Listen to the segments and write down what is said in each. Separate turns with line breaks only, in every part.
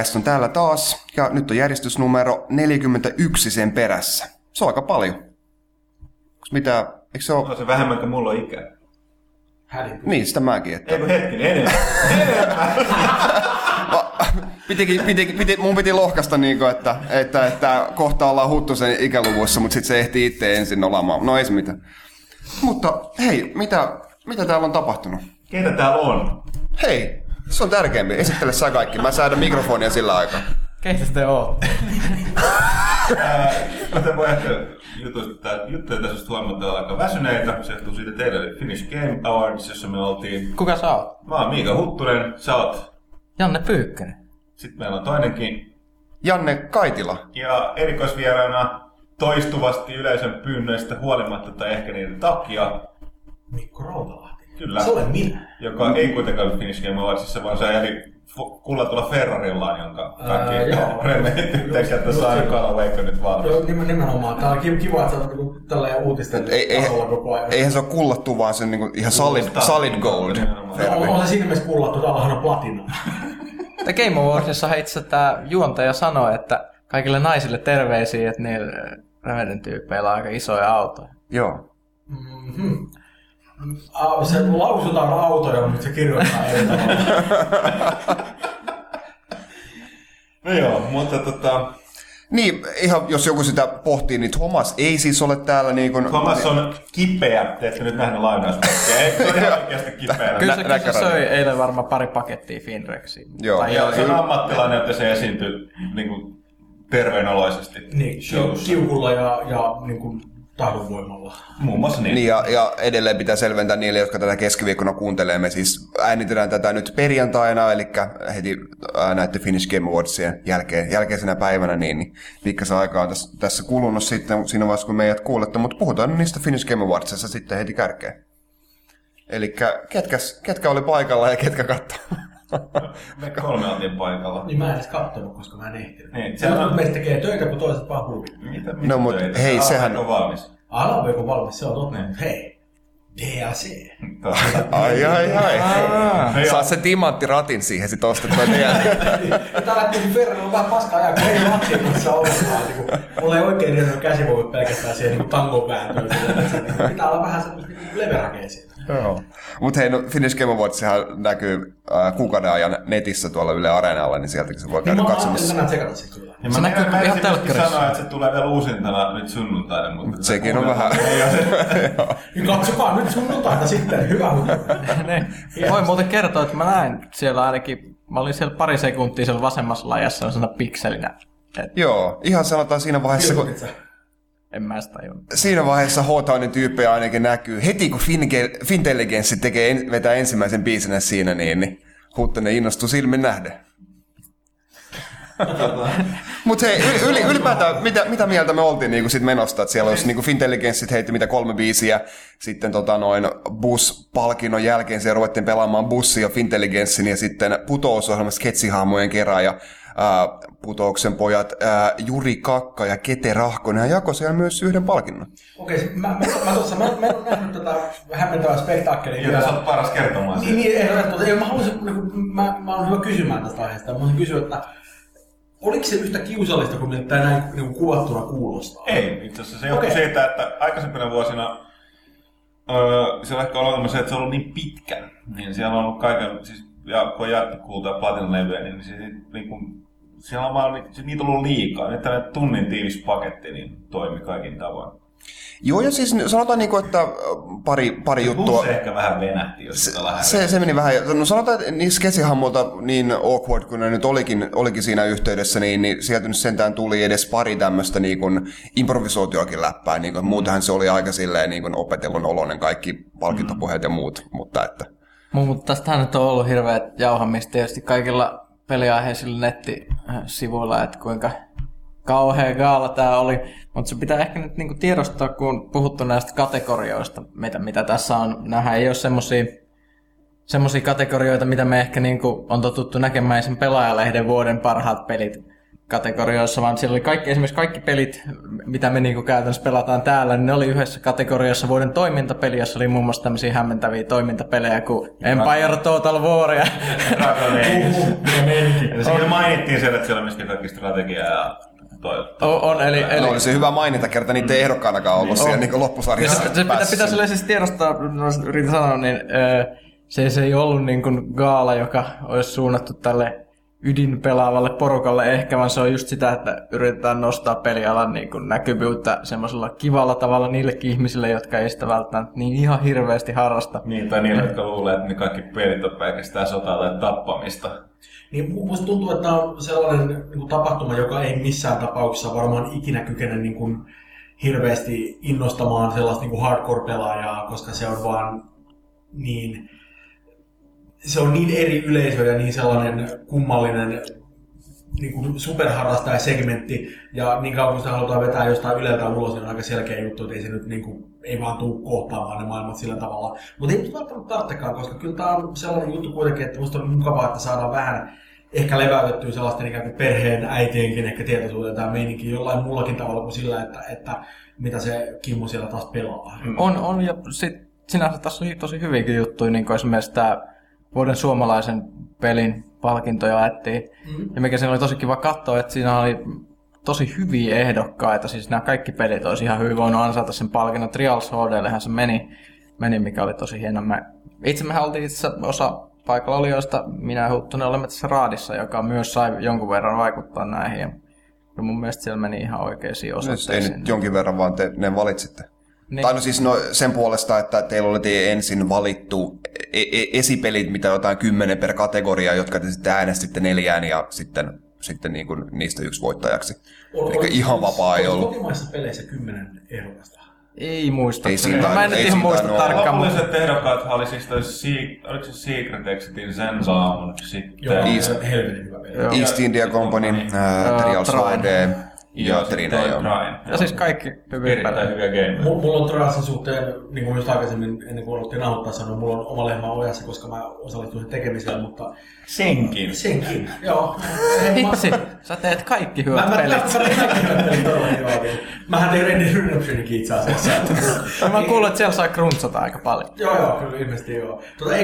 Pelaajat on täällä taas, ja nyt on järjestysnumero 41 sen perässä. Se on aika paljon. Mitä, eikö se ole?
Se vähemmän kuin mulla on ikää.
Niin, sitä mäkin. Että...
Eikö hetken, enemmän.
Mun piti lohkaista, niin kuin, että kohta ollaan Huttusen ikäluvuissa, mutta sitten se ehtii itse ensin olemaan. No ei se mitään. Mutta hei, mitä täällä on tapahtunut?
Keitä täällä on?
Hei, se on tärkeämpi. Esittele sä kaikki. Mä säädän mikrofonia sillä aikaa.
Keitä te ootte?
Kuten voi ehkä juttuja tässä huomataan aika väsyneitä. Se johtuu siitä teille Finnish Game Awards, jossa me oltiin.
Kuka sä oot?
Mä oon Miika Huttunen, sä oot
Janne Pyykkönen.
Sitten meillä on toinenkin.
Janne Kaitila.
Ja erikoisvieraana toistuvasti yleisön pyynnöistä huolimatta tai ehkä niiden takia.
Mikko Rautalahti.
Kyllä.
Se olen minä.
Joka ei kuitenkaan ollut Finnish Game Awardsissa, vaan se ajeli kullatulla Ferrarillaan, jonka kaikki remmentit tekevät saarikanalla, eikö nyt vaan.
Joo, nimenomaan. Tää on kiva, että sä oot tällainen uutisten tasolla koko ajan.
Eihän se ole kullattu, vaan se on niinku ihan solid gold.
On se siinä mielessä kullattu, täällähän on platina.
Game Awardsissa itse tää juontaja sanoi, että kaikille naisille terveisiä, että niillä Remedin tyypeillä on aika isoja autoja.
Joo.
Mm-hmm. Se lausutaan autoja, mutta se kirjoittaa eri tavalla.
No joo, mutta
Niin, ihan jos joku sitä pohtii, niin Thomas ei siis ole täällä niin kuin...
Thomas on kipeä, te ette nyt nähnyt lainausmerkkejä, ei se ole oikeasti kipeänä.
Kyllä se söi eilen varmaan pari pakettia Finrexiä.
Joo.
Se on ammattilainen, että se esiintyy niin kuin terveenoloisesti.
Niin, kiukulla ja niin kuin tahdonvoimalla.
Muun muassa niin.
Niin ja edelleen pitää selventää niille, jotka tätä keskiviikkona kuuntelee. Me siis äänitetään tätä nyt perjantaina, eli heti näiden Finnish Game Awardsien jälkeisenä päivänä, niin pikkasen aikaa on tässä kulunut sitten siinä vaiheessa, kun meidät kuulette, mutta puhutaan niistä Finnish Game Awardsissa sitten heti kärkeen. Eli ketkä oli paikalla ja ketkä katsoo?
Me 3 oltiin paikalla.
Niin mä en edes kattonut, koska mä en ehtinyt.
Niin,
sehän meistä tekee töitä, kun toiset vaan huvit.
Mitä
no mutta hei, sehän...
on valmis.
Alanko valmis, se on totta. Niin. Hei, DAC.
Ai. Saa se timanttiratin siihen sit ostettua DAC.
Tää lähti Ferrari on vähän paskaa ajaa, kun ei ratin kanssa ollenkaan. Mulla ei oikein riittänyt käsivoimat pelkästään siihen niin tangon vääntöön. Pitää olla vähän semmoista leveräkeisiä.
Joo. Mutta hei, no Finnish Game Awardshan näkyy kuukauden ajan netissä tuolla Yle Areenalla, niin sieltäkin se voi käydä katsomassa.
Mä tsekata se kyllä.
Se näkyy ihan telkkarissa.
Sanoa, että se tulee vielä uusintana nyt sunnuntaina. Mutta
sekin on vähän...
Niin katsokaa nyt sunnuntaina sitten, hyvä
Voin muuten kertoa, että mä näin siellä ainakin, mä olin siellä pari sekuntia siellä vasemmassa lajassa sellaisena pikselinä.
Joo, ihan sanotaan siinä vaiheessa, kun...
En mä sitä tajunnut.
Siinä vaiheessa H-Townin tyyppejä ainakin näkyy. Heti kun Fintelligenssi vetää ensimmäisen biisinä siinä, niin Huttunen innostuu silmin nähden. Mutta hei, ylipäätään, mitä mieltä me oltiin niin sit menosta? Että siellä olisi niin Fintelligenssit heitti 3 biisiä. Sitten Bus-palkinnon jälkeen siellä ruvettiin pelaamaan Bussi ja Fintelligenssin ja sitten Putousohjelma sketsihahmojen kerran ja Putouksen pojat Juri Kakka ja Kete Rahkonen jakoi siellä myös yhden palkinnon.
Okei, mä en ole nähnyt tätä hämmentävää spektaakkelia.
Jota sä oot paras kertomaan siitä.
Niin, mä oon hyvä kysymään tästä aiheesta. Mä haluaisin kysyä, että oliko se yhtä kiusallista, kun miltä tämä näin niin kuvattuna kuulostaa?
Ei, itse asiassa se johtuu siitä, että aikaisempina vuosina se on ehkä ollut se, että se on ollut niin pitkä. Niin siellä on ollut kaiken, siis, ja kun on jaettu kulta ja platinalevyjä, niin, siellä on vaan, niitä on ollut liikaa. Nyt tällainen tunnin tiivis paketti niin toimi kaikin tavoin.
Joo, ja siis sanotaan, että pari juttua.
Se ehkä vähän venähti, jos sitä lähdetään.
Se meni vähän. No sanotaan, että niissä sketsihahmolta niin awkward kuin ne nyt olikin siinä yhteydessä, niin sieltä nyt sentään tuli edes pari tämmöistä niin improvisoitioakin läppää. Niin muutenhan se oli aika silleen niin opetellun oloinen kaikki palkintopuheet ja muut. Mutta
tästähän nyt on ollut hirveät jauhamista tietysti kaikilla peliaiheisilla nettisivuilla, että kuinka kauhea gaala tää oli. Mutta se pitää ehkä nyt niinku tiedostaa, kun on puhuttu näistä kategorioista, mitä tässä on. Nämähän ei ole semmosia kategorioita, mitä me ehkä niinku on totuttu näkemään sen Pelaajalehden vuoden parhaat pelit kategorioissa, vaan siellä oli esimerkiksi kaikki pelit, mitä me niinku käytännössä pelataan täällä, niin ne oli yhdessä kategoriassa vuoden toimintapeli, jossa oli muun muassa tämmöisiä hämmentäviä toimintapelejä kuin Empire Total War ja
Dragon Age. Siinä mainittiin siellä, että siellä on myöskin kaikki strategiaa ja
on, eli
oli se hyvä mainita, kerta niitä ei ehdokkaanakaan ollut siellä niin loppusarjassa.
Se pitäisi yleisesti tiedostaa, yritin sanoa, niin se ei ollut niin kuin gaala, joka olisi suunnattu tälle ydinpelaavalle porukalle ehkä, vaan se on just sitä, että yritetään nostaa pelialan niin kuin näkyvyyttä semmoisella kivalla tavalla niillekin ihmisille, jotka ei sitä välttämättä niin ihan hirveästi harrasta.
Niin, tai niille, jotka luulee, että ne kaikki pelit on pelkästään sotaa tai tappamista.
Niin musta tuntuu, että tämä on sellainen niin kuin tapahtuma, joka ei missään tapauksessa varmaan ikinä kykene niin kuin hirveästi innostamaan sellaista niin kuin hardcore-pelaajaa, koska se on vaan niin... Se on niin eri yleisö ja niin sellainen kummallinen niin kuin superharrastajasegmentti. Ja niin kauan kun sitä halutaan vetää jostain Yleltä ulos, niin on aika selkeä juttu, että ei se nyt niin kuin, ei vaan tule kohtaamaan ne maailmat sillä tavalla. Mutta ei musta välttämättä tarvitsekaan, koska kyllä tämä on sellainen juttu kuitenkin, että musta on mukavaa, että saadaan vähän ehkä leväytettyä sellaisten ikään kuin perheen äitienkin ehkä tietoisuuteen tämä meininki jollain muullakin tavalla kuin sillä, että mitä se Kimmo siellä taas pelaa.
On ja sitten sinänsä tässä on tosi hyviäkin juttuja, niin kuin esimerkiksi tämä vuoden suomalaisen pelin palkinto jaettiin. Ja mikä siinä oli tosi kiva katsoa, että siinä oli tosi hyviä ehdokkaita. Siis nämä kaikki pelit olisi ihan hyvin voinut ansaita sen palkinnon. Trials HD:llähän se meni, mikä oli tosi hieno. Mehän oltiin itse osa paikalla olijoista, minä ja Huttunen olemme tässä raadissa, joka myös sai jonkun verran vaikuttaa näihin. Ja mun mielestä siellä meni ihan oikeisiin osoitteisiin.
Ei nyt jonkin verran, vaan te ne valitsitte.
Niin.
Tai no siis sen puolesta, että teillä oli ensin valittu esipelit, mitä jotain 10 per kategoria, jotka te sitten äänestitte 4 ja sitten niin kuin niistä yksi voittajaksi. Eli ihan vapaa ei ollut.
Kotimaisissa peleissä 10 ehdokasta?
Ei muista.
Mä
en nyt ihan muista tarkkaan.
Lopulliset ehdokkaat oli siis oliko se Secret Exitin sen saamun sitten?
Joo, helvetin hyvä peli.
East India Company, Trials HD ja Trine.
Ja siis kaikki hyviä
gameja.
Mulla on Trialsin suhteen, niin kuin just aikaisemmin ennen kuin aloittiin nauhoittaa sanoa, mulla on oma lehmä ojassa, koska mä osallistuin tekemiseen, mutta...
Senkin,
joo.
Hitsi, sä teet kaikki hyvät pelit.
Mä tein kaikki hyvät pelit todella hyvää. Mähän tein Red Dead Redemptioninkin itse asiassa.
Mä kuulin, että siellä sai gruntsata aika paljon.
Joo, kyllä ilmeisesti joo.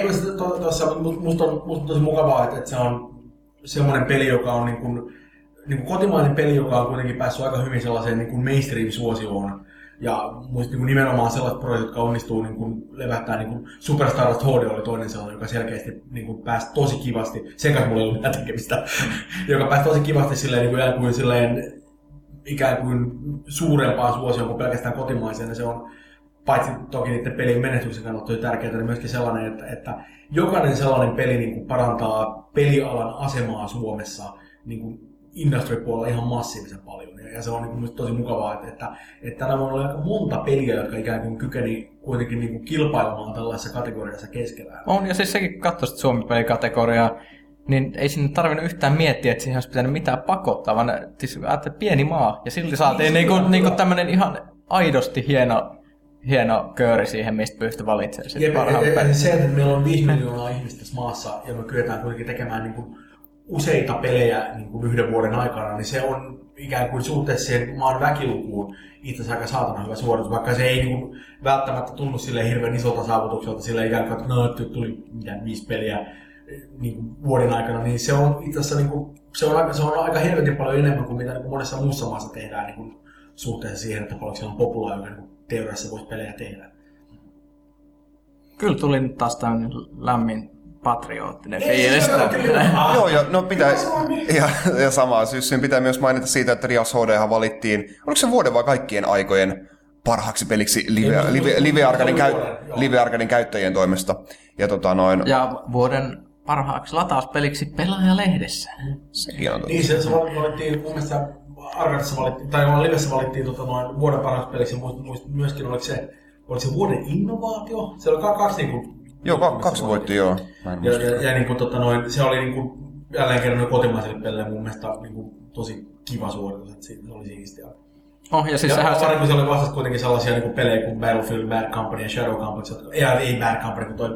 Musta on tosi mukavaa, että se on semmoinen peli, joka on niin kuin kotimainen peli, joka on kuitenkin päässyt aika hyvin sellaiseen niin kuin mainstream-suosioon. Ja muista niin nimenomaan sellaiset projektit, jotka onnistuu niin levättää, niin kuin Super Stardust HD oli toinen sellainen, joka selkeästi niin pääsi tosi kivasti, sen kanssa mulla ei ollut mitään tekemistä, joka pääsi tosi kivasti silleen, ikään kuin suurempaan suosioon kuin pelkästään kotimaiseen. Ja se on paitsi toki niiden pelin menestyksen kannalta tosi tärkeää, niin myöskin sellainen, että jokainen sellainen peli niin kuin parantaa pelialan asemaa Suomessa niin kuin industry-puolella ihan massiivisen paljon. Ja se on niin kuin tosi mukavaa, että tänä vuonna oli aika monta peliä, jotka ikään kuin kykeni kuitenkin niin kuin kilpailemaan tällaisessa kategoriassa keskenään.
On, ja siis sekin kun katsoisit Suomi-pelikategoriaa, niin ei sinne tarvinnut yhtään miettiä, että siihen olisi pitänyt mitään pakottaa, vaan siis ajattelin pieni maa, ja silti saatiin niinku tämmöinen ihan aidosti hieno kööri siihen, mistä pystyy valitsemaan sitten parhaan pelin.
Se, että meillä on 5 miljoonaa ihmistä tässä maassa, ja me kyetään kuitenkin tekemään niin kuin useita pelejä niin kuin 1 vuoden aikana, niin se on ikään kuin suhteessa siihen maan väkilukuun itse asiassa aika saatana hyvä suoritus, vaikka se ei niin kuin välttämättä tunnu silleen hirveän isolta saavutukselta, silleen ikään kuin, että tuli 5 peliä niin kuin vuoden aikana, niin se on itse asiassa niin kuin, se on aika helvetin paljon enemmän kuin mitä niin kuin monessa muussa maassa tehdään niin kuin suhteessa siihen, että paljon siellä on populaa, joka niin teoriassa voisi pelejä tehdä.
Kyllä tuli nyt taas tämmöinen lämmin patriottinen fiilis.
Joo, no pitää, ja samaa syyssyyn pitää myös mainita siitä, että Trials HDhan valittiin, oliko se vuoden vai kaikkien aikojen parhaaksi peliksi Live Arcaden käyttäjien toimesta.
Ja vuoden parhaaksi latauspeliksi Pelaajalehdessä.
Sekin on totta.
Niin, se valittiin mun mielestä Arcadessa valittiin, tai Livessä valittiin vuoden parhaaksi peliksi, myöskin oliko se vuoden innovaatio? Se oli kaksi niinku...
Joo, 2 voitti, joo.
Ja niin kuin, se oli niin kuin, jälleen kerran kotimaiselle pelille mun mielestä niin kuin, tosi kiva suoritus, että se oli siistiä.
Ja siis
sehän kun se oli vastassa kuitenkin sellaisia niin kuin pelejä kuin Battlefield, Bad Company ja Shadow Company, ei Bad Company, kun toi...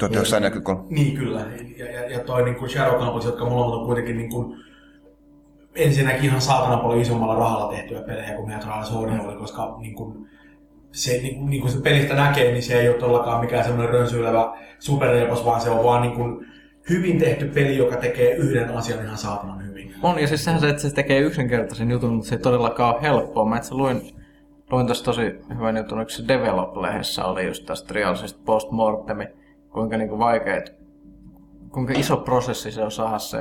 1943.
Niin, kyllä. Ja toi niin kuin Shadow Company, jotka molemmat on kuitenkin niin kuin, ensinnäkin ihan saatana paljon isommalla rahalla tehtyjä pelejä kuin Metro Sony oli, koska niin kuin se pelistä näkee, niin se ei ole todellakaan mikään semmoinen rönsyilevä superrepas, vaan se on vaan niin kuin hyvin tehty peli, joka tekee yhden asian ihan saatanan hyvin.
On, ja siis sehän se, että se tekee yksinkertaisen jutun, mutta se ei todellakaan ole helppoa. Mä itse luin tuossa tosi hyvän jutun, että se Develop-lehdessä oli just tästä Trialsista Postmortemi, kuinka niinku vaikeet, kuinka iso prosessi se on saada se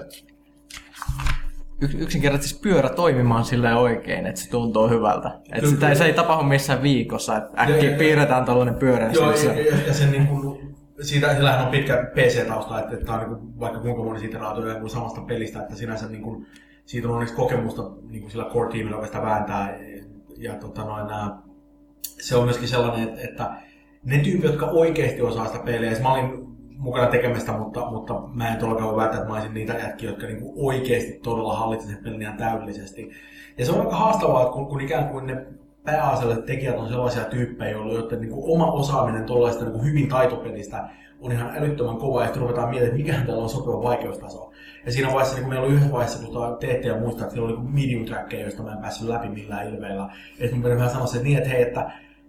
yksinkertaisesti pyörä toimimaan silleen oikein, että se tuntuu hyvältä. Että sitä se ei tapahdu missään viikossa, että äkkiä piirretään tällainen pyörä.
Joo, ja sen niin kuin, sillähän on pitkä PC-tausta, että tämä on niin vaikka kuinka moni iteraatio kuin samasta pelistä, että sinänsä niin kuin, siitä on onneksi kokemusta niin kuin sillä core-tiimillä, joka sitä vääntää. Ja se on myöskin sellainen, että ne tyypit, jotka oikeasti osaa sitä peliä, mä olin mukana tekemästä, mutta mä en todellakaan voi väittää, että mä olisin niitä jätkiä, jotka niin kuin oikeasti todella hallitsivat sen pelin ihan täydellisesti. Ja se on aika haastavaa, että kun ikään kuin ne pääasialliset tekijät on sellaisia tyyppejä, joiden niin kuin oma osaaminen tuollaista niin kuin hyvin taitopelistä on ihan älyttömän kova, ja sitten ruvetaan miettimään, että mikähän täällä on sopiva vaikeustaso. Ja siinä vaiheessa, niin meillä oli yhdessä vaiheessa, kun teette ja muistaa, että siellä oli medium trackeja, joista mä en päässyt läpi millään ilveillä. Että mun vähän sanoa se niin, että hei, että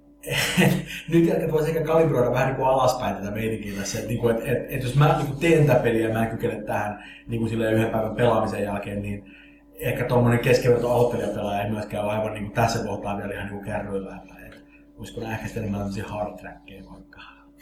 nyt jätkät vois ehkä kalibroida vähän niin kuin alaspäin tätä meininkiä tässä. Että jos mä niin kuin teen tätä peliä ja mä en kykene tähän niin kuin silleen yhden päivän pelaamisen jälkeen, niin ehkä tommonen keskiverto aloittelijapelaaja ei myöskään ole aivan niin kuin tässä kohtaa vielä ihan niin kuin kärryillä. Voisiko nää ehkä sitten enemmän tämmöisiä hard trackeja vaikka.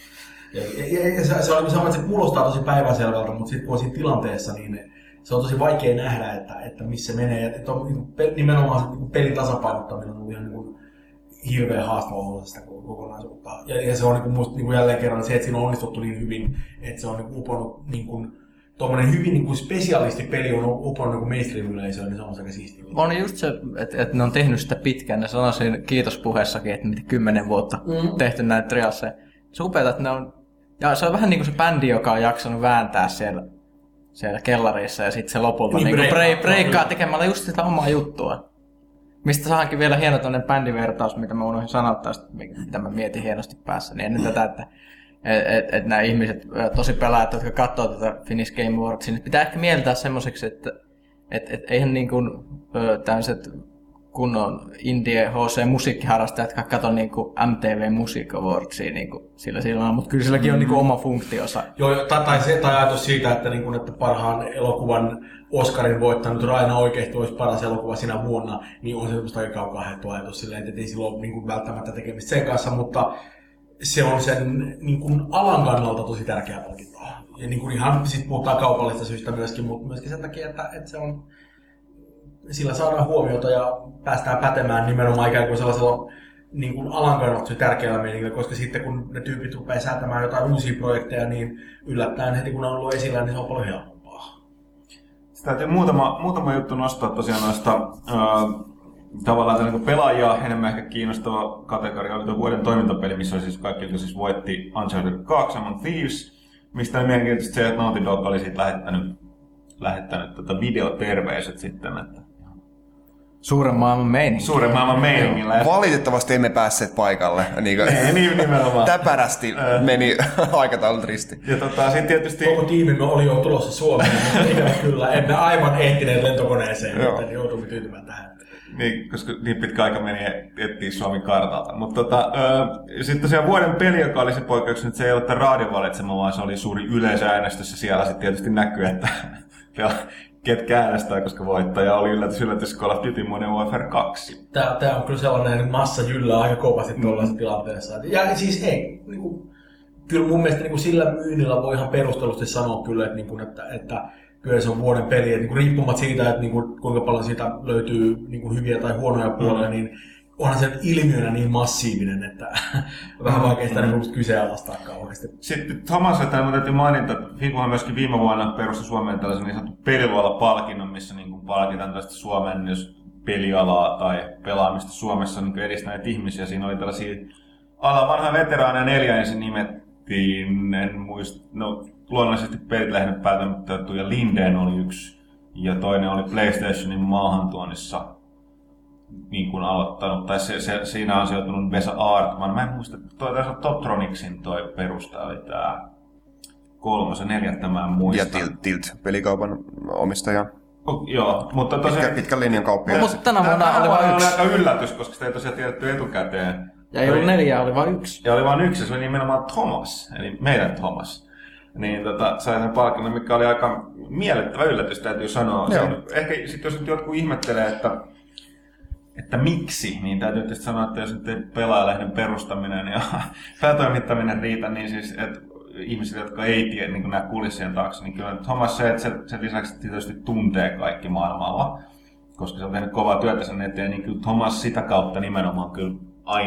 Ja se on sama, että se kuulostaa tosi päivänselvältä, mutta sitten kun on siinä tilanteessa, niin se on tosi vaikea nähdä, että missä menee. Että on, nimenomaan se niin pelin tasapainottaminen on ihan niin hirveän haastava osa sitä kokonaisuutta. Ja se on niin musta niin jälleen kerran se, että siinä on onnistuttu niin hyvin, että se on niin uponnut niin tuommoinen hyvin niin spesialistipeli on uponnut niin mainstream-yleisöön, niin se on aika siistiä.
On just se, että ne on tehnyt sitä pitkään. Ne sanoi siinä kiitospuheessakin, että 10 vuotta tehty näitä trialseja. Se on upeata, että ne on. Ja se on vähän niin kuin se bändi, joka on jaksanut vääntää siellä kellarissa ja sitten se lopulta niin breikkaa tekemällä just sitä omaa juttua. Mistä saankin vielä hieno tämmöinen bändivertaus, mitä mä unohdin sanoa taas, mitä mä mietin hienosti päässä. Niin ennen tätä, että nämä ihmiset, tosi pelaajat, jotka katsoo tätä Finnish Game Awardsia, niin pitää ehkä mieltää semmoiseksi, että eihän niin kuin tämmöiset kunnon indie HC-musiikkiharrastajat, jotka katsoo niinku MTV Music Awardsia niinku sillä silloin, mutta kyllä silläkin on niinku oma funktionsa.
Joo, tai ajatus siitä, että, niinku, että parhaan elokuvan Oscarin voittanut Raina oikeasti olisi paras elokuva sinä vuonna, niin on se semmoista aika kaukaa haettu ajatus silleen, että ei sillä ole niinku välttämättä tekemistä sen kanssa, mutta se on sen niinku alan kannalta tosi tärkeä palkinto. Ja niinku ihan sit puhutaan kaupallista syystä myöskin, mutta myöskin sen takia, että se on sillä saadaan huomiota ja päästään pätemään nimenomaan ikään kuin sellaisella niin kuin alan kannalta tärkeällä meiningillä, koska sitten kun ne tyypit rupeaa säätämään jotain uusia projekteja, niin yllättäen heti kun ne on ollut esillä, niin se on paljon helpompaa.
Sitä täytyy muutama juttu nostaa tosiaan noista tavallaan niin pelaajia enemmän ehkä kiinnostava kategoria oli tuo vuoden toimintapeli, missä oli siis kaikki, jotka siis voitti Uncharted 2 Among Thieves, mistä oli mielenkiintoisesti se, että Naughty Dog oli siitä lähettänyt videoterveiset sitten, että
Suuren maailman
meiningillä.
Valitettavasti emme päässeet paikalle.
Nimenomaan.
Täpärästi meni aikataulut risti.
Ja sitten tietysti
koko tiimimme oli jo tulossa Suomeen, ikävä kyllä. Emme aivan ehtineet lentokoneeseen, joten joudumme tyytymään tähän.
Niin, koska niin pitkä aika meni etsiä Suomen kartalta. Mutta sitten tosiaan vuoden peli, joka oli se poikkeus, että se ei ole tämän raadion valitsema, vaan se oli suuri yleisöäänestys. Ja siellä sitten tietysti näkyy, että ketkä äänestää, koska voittaja oli yllätys Call of Duty Modern Warfare 2.
Tämä on kyllä sellainen massa jyllää aika kovasti tuollaisessa tilanteessa. Ja siis hei, niin kyllä mun mielestä niin sillä myynnillä voi ihan perustellusti sanoa kyllä, että kyllä se on vuoden peli. Että riippumatta siitä, että kuinka paljon siitä löytyy hyviä tai huonoja puolia, niin onhan se ilmiönä niin massiivinen, että vähän vaikea sitä kyseenalaistaa kauheasti.
Sitten Thomas, että täytyy mainita, että Figuhan myöskin viime vuonna perusti Suomeen tällaisen niin sanottu peliluola-palkinnon, missä niin palkitaan tällaista Suomen pelialaa tai pelaamista Suomessa niin edistäneet ihmisiä. Siinä oli tällaisia alan vanha veteraaneja 4 ensin nimettiin, en muista, no luonnollisesti Pelit-lehden päätämättä ja Lindeen oli yksi ja toinen oli PlayStationin maahantuonnissa niin kuin aloittanut, tai siinä on sijoittunut Vesa Artman. Mä en muista, että Toptronicsin toi perustaja oli tää 3. ja 4. mä en muista.
Ja Tilt pelikaupan omistaja.
Joo, mutta tosiaan...
Pitkän linjan kauppia.
Mutta tänä vuonna oli vain yksi.
Aika yllätys, koska sitä ei tosiaan tiedetty etukäteen.
Ja ei ollut 4, oli vain 1.
Ja oli vain 1, se oli nimenomaan Thomas, eli meidän Thomas. Niin sai sen palkinnon, mikä oli aika miellyttävä yllätys, täytyy sanoa. Ehkä sitten jos nyt jotkut ihmettelee, että miksi, niin täytyy tietysti sanoa, että jos nyt Pelaajalehden perustaminen ja päätoimittaminen riitä, niin siis, että ihmiset, jotka ei tiedä niin nämä kulissien taakse, niin kyllä Thomas sen lisäksi tietysti tuntee kaikki maailmalla, koska se on tehnyt kovaa työtä sen eteen, niin kyllä Thomas sitä kautta nimenomaan kyllä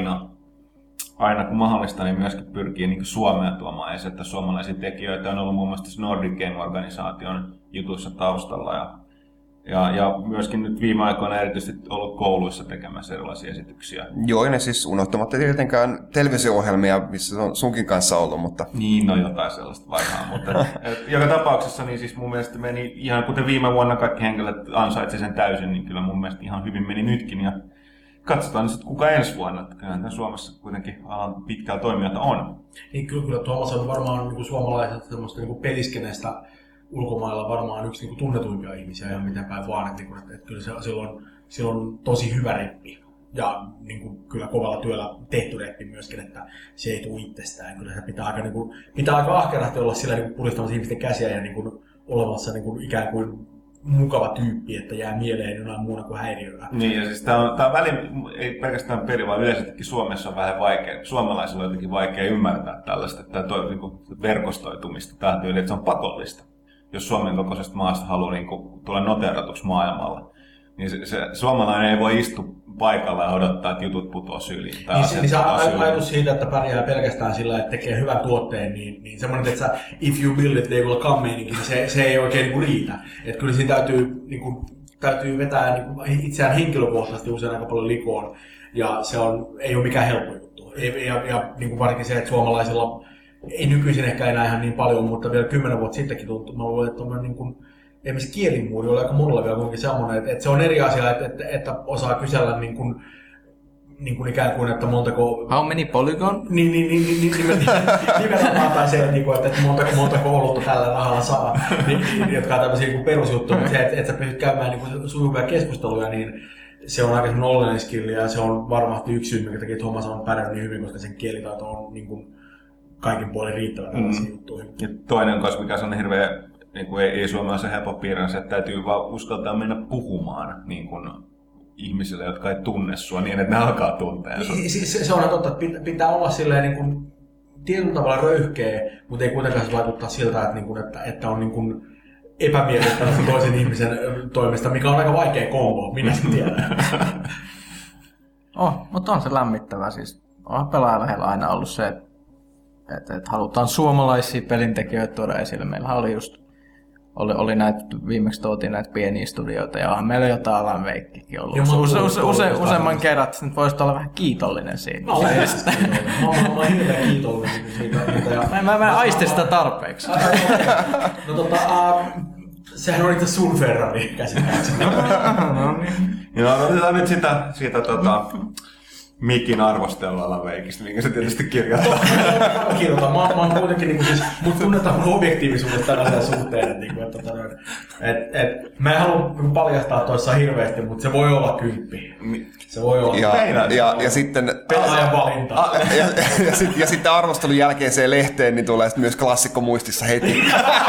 aina kun mahdollista, niin myöskin pyrkii niin Suomea tuomaan esille, että suomalaisia tekijöitä on ollut muun muassa Nordic Game-organisaation jutuissa taustalla ja myöskin nyt viime aikoina erityisesti ollut kouluissa tekemässä erilaisia esityksiä.
Joo, ne siis unohtamatta tietenkään televisio-ohjelmia, missä on sunkin kanssa ollut, mutta...
Niin, no jotain sellaista varmaan, mutta joka tapauksessa niin siis mun mielestä meni ihan kuten viime vuonna kaikki henkilöt ansaitsi sen täysin, niin kyllä mun mielestä ihan hyvin meni nytkin ja katsotaan nyt sitten kuka ensi vuonna, että kyllähän Suomessa kuitenkin alan pitkää toimijoita on. Niin
kyllä Tuomas on varmaan niin suomalaiset semmoista niin peliskeneestä ulkomailla varmaan yksi niin tunnetuimpia ihmisiä ihan miten päin vaan, että kyllä sillä on tosi hyvä reppi. Ja niin kuin, kyllä kovalla työllä tehty reppi myöskin, että se ei tule itsestään. Kyllä se pitää aika ahkerasti olla sillä niin puristamassa ihmisten käsiä ja niin kuin, olemassa niin kuin, ikään kuin mukava tyyppi, että jää mieleen jonain muuna kuin häiriöllä.
Niin, ja siis tämä on ei pelkästään peli, vaan yleensäkin Suomessa on vähän vaikea. Suomalaisilla on jotenkin vaikea ymmärtää tällaista, että tämä niin verkostoitumista tähän tyyliin, että se on pakollista. Jos Suomen kokoisesta maasta haluaa niin kuin, tulla noteeratuksi maailmalla, niin se suomalainen ei voi istua paikalla ja odottaa, että jutut putoaa syliin.
Niin se ajatus siitä, että pärjää pelkästään sillä, että tekee hyvän tuotteen, niin semmoinen, että if you build it, they will come, niin se ei oikein niin kuin riitä. Että kyllä siinä täytyy vetää niin kuin itseään henkilökohtaisesti usein aika paljon likoon, ja se ei ole mikään helppo juttu. Ja niin kuin varsinkin se, että suomalaisilla ei nykyisin ehkä enää ihan niin paljon, mutta vielä 10 vuotta sittenkin tuntuu, mä luulen, että on niin kuin esimerkiksi kielimuuri oli aika monella vielä kuitenkin semmoinen, että se on eri asia, että osaa kysellä niin kuin ikään kuin, että montako...
How many polygon?
Nimenomaan tai se, että montako olutta tällä rahalla saa, jotka on tämmöisiä niin perusjuttuja, mutta se, että sä pystyt käymään niin sujuvia keskusteluja, niin se on aika semmoinen olennainen skilli ja se on varmasti yksi syy, minkä takia Thomas on pärjännyt niin hyvin, koska sen kielitaito on niin kuin kaikin puolin riittävä tällaisiin juttuihin.
Ja toinen kanssa, mikä on hirveä, niin kuin ei suomalaisen helppo piirre, että täytyy vaan uskaltaa mennä puhumaan niin kuin ihmisille, jotka ei tunne sua niin, että ne alkaa tuntea sua.
Se on totta, että pitää olla silleen niin kuin tietyllä tavalla röyhkeä, mutta ei kuitenkaan se vaikuttaa siltä, että on niin kuin epämiellyttävä toisen ihmisen toimesta, mikä on aika vaikea kombo, minä sen tiedän.
Mutta on se lämmittävää. Siis on Pelaajalähdellä aina ollut se, että halutaan suomalaisia pelintekijöitä tuoda esille. Meillä oli just oli näitä, viimeksi tuotiin näitä pieniä studioita, ja meillä on jotain Alan Wakekin ollut. Useamman kerran, että nyt voisi olla vähän kiitollinen siitä.
Mä oon hirveän kiitollinen siitä.
Mä aistin sitä tarpeeksi.
Sehän on itse sun Ferrari käsittääkseni.
Joo, otetaan nyt siitä Mikin arvostelua Alan Wakeista, minkä se tietysti kirjoittaa.
Kirjoitan. Mä oon kuitenkin, niin siis, mut tunnetaan mun objektiivisuudesta tällaisen suhteen. Mä en halua paljastaa toissa hirveästi, mutta se voi olla 10. Se voi olla.
Ja sitten...
Pelaajan valinta.
Ja sitten arvostelun jälkeiseen lehteen niin tulee myös klassikko muistissa heti.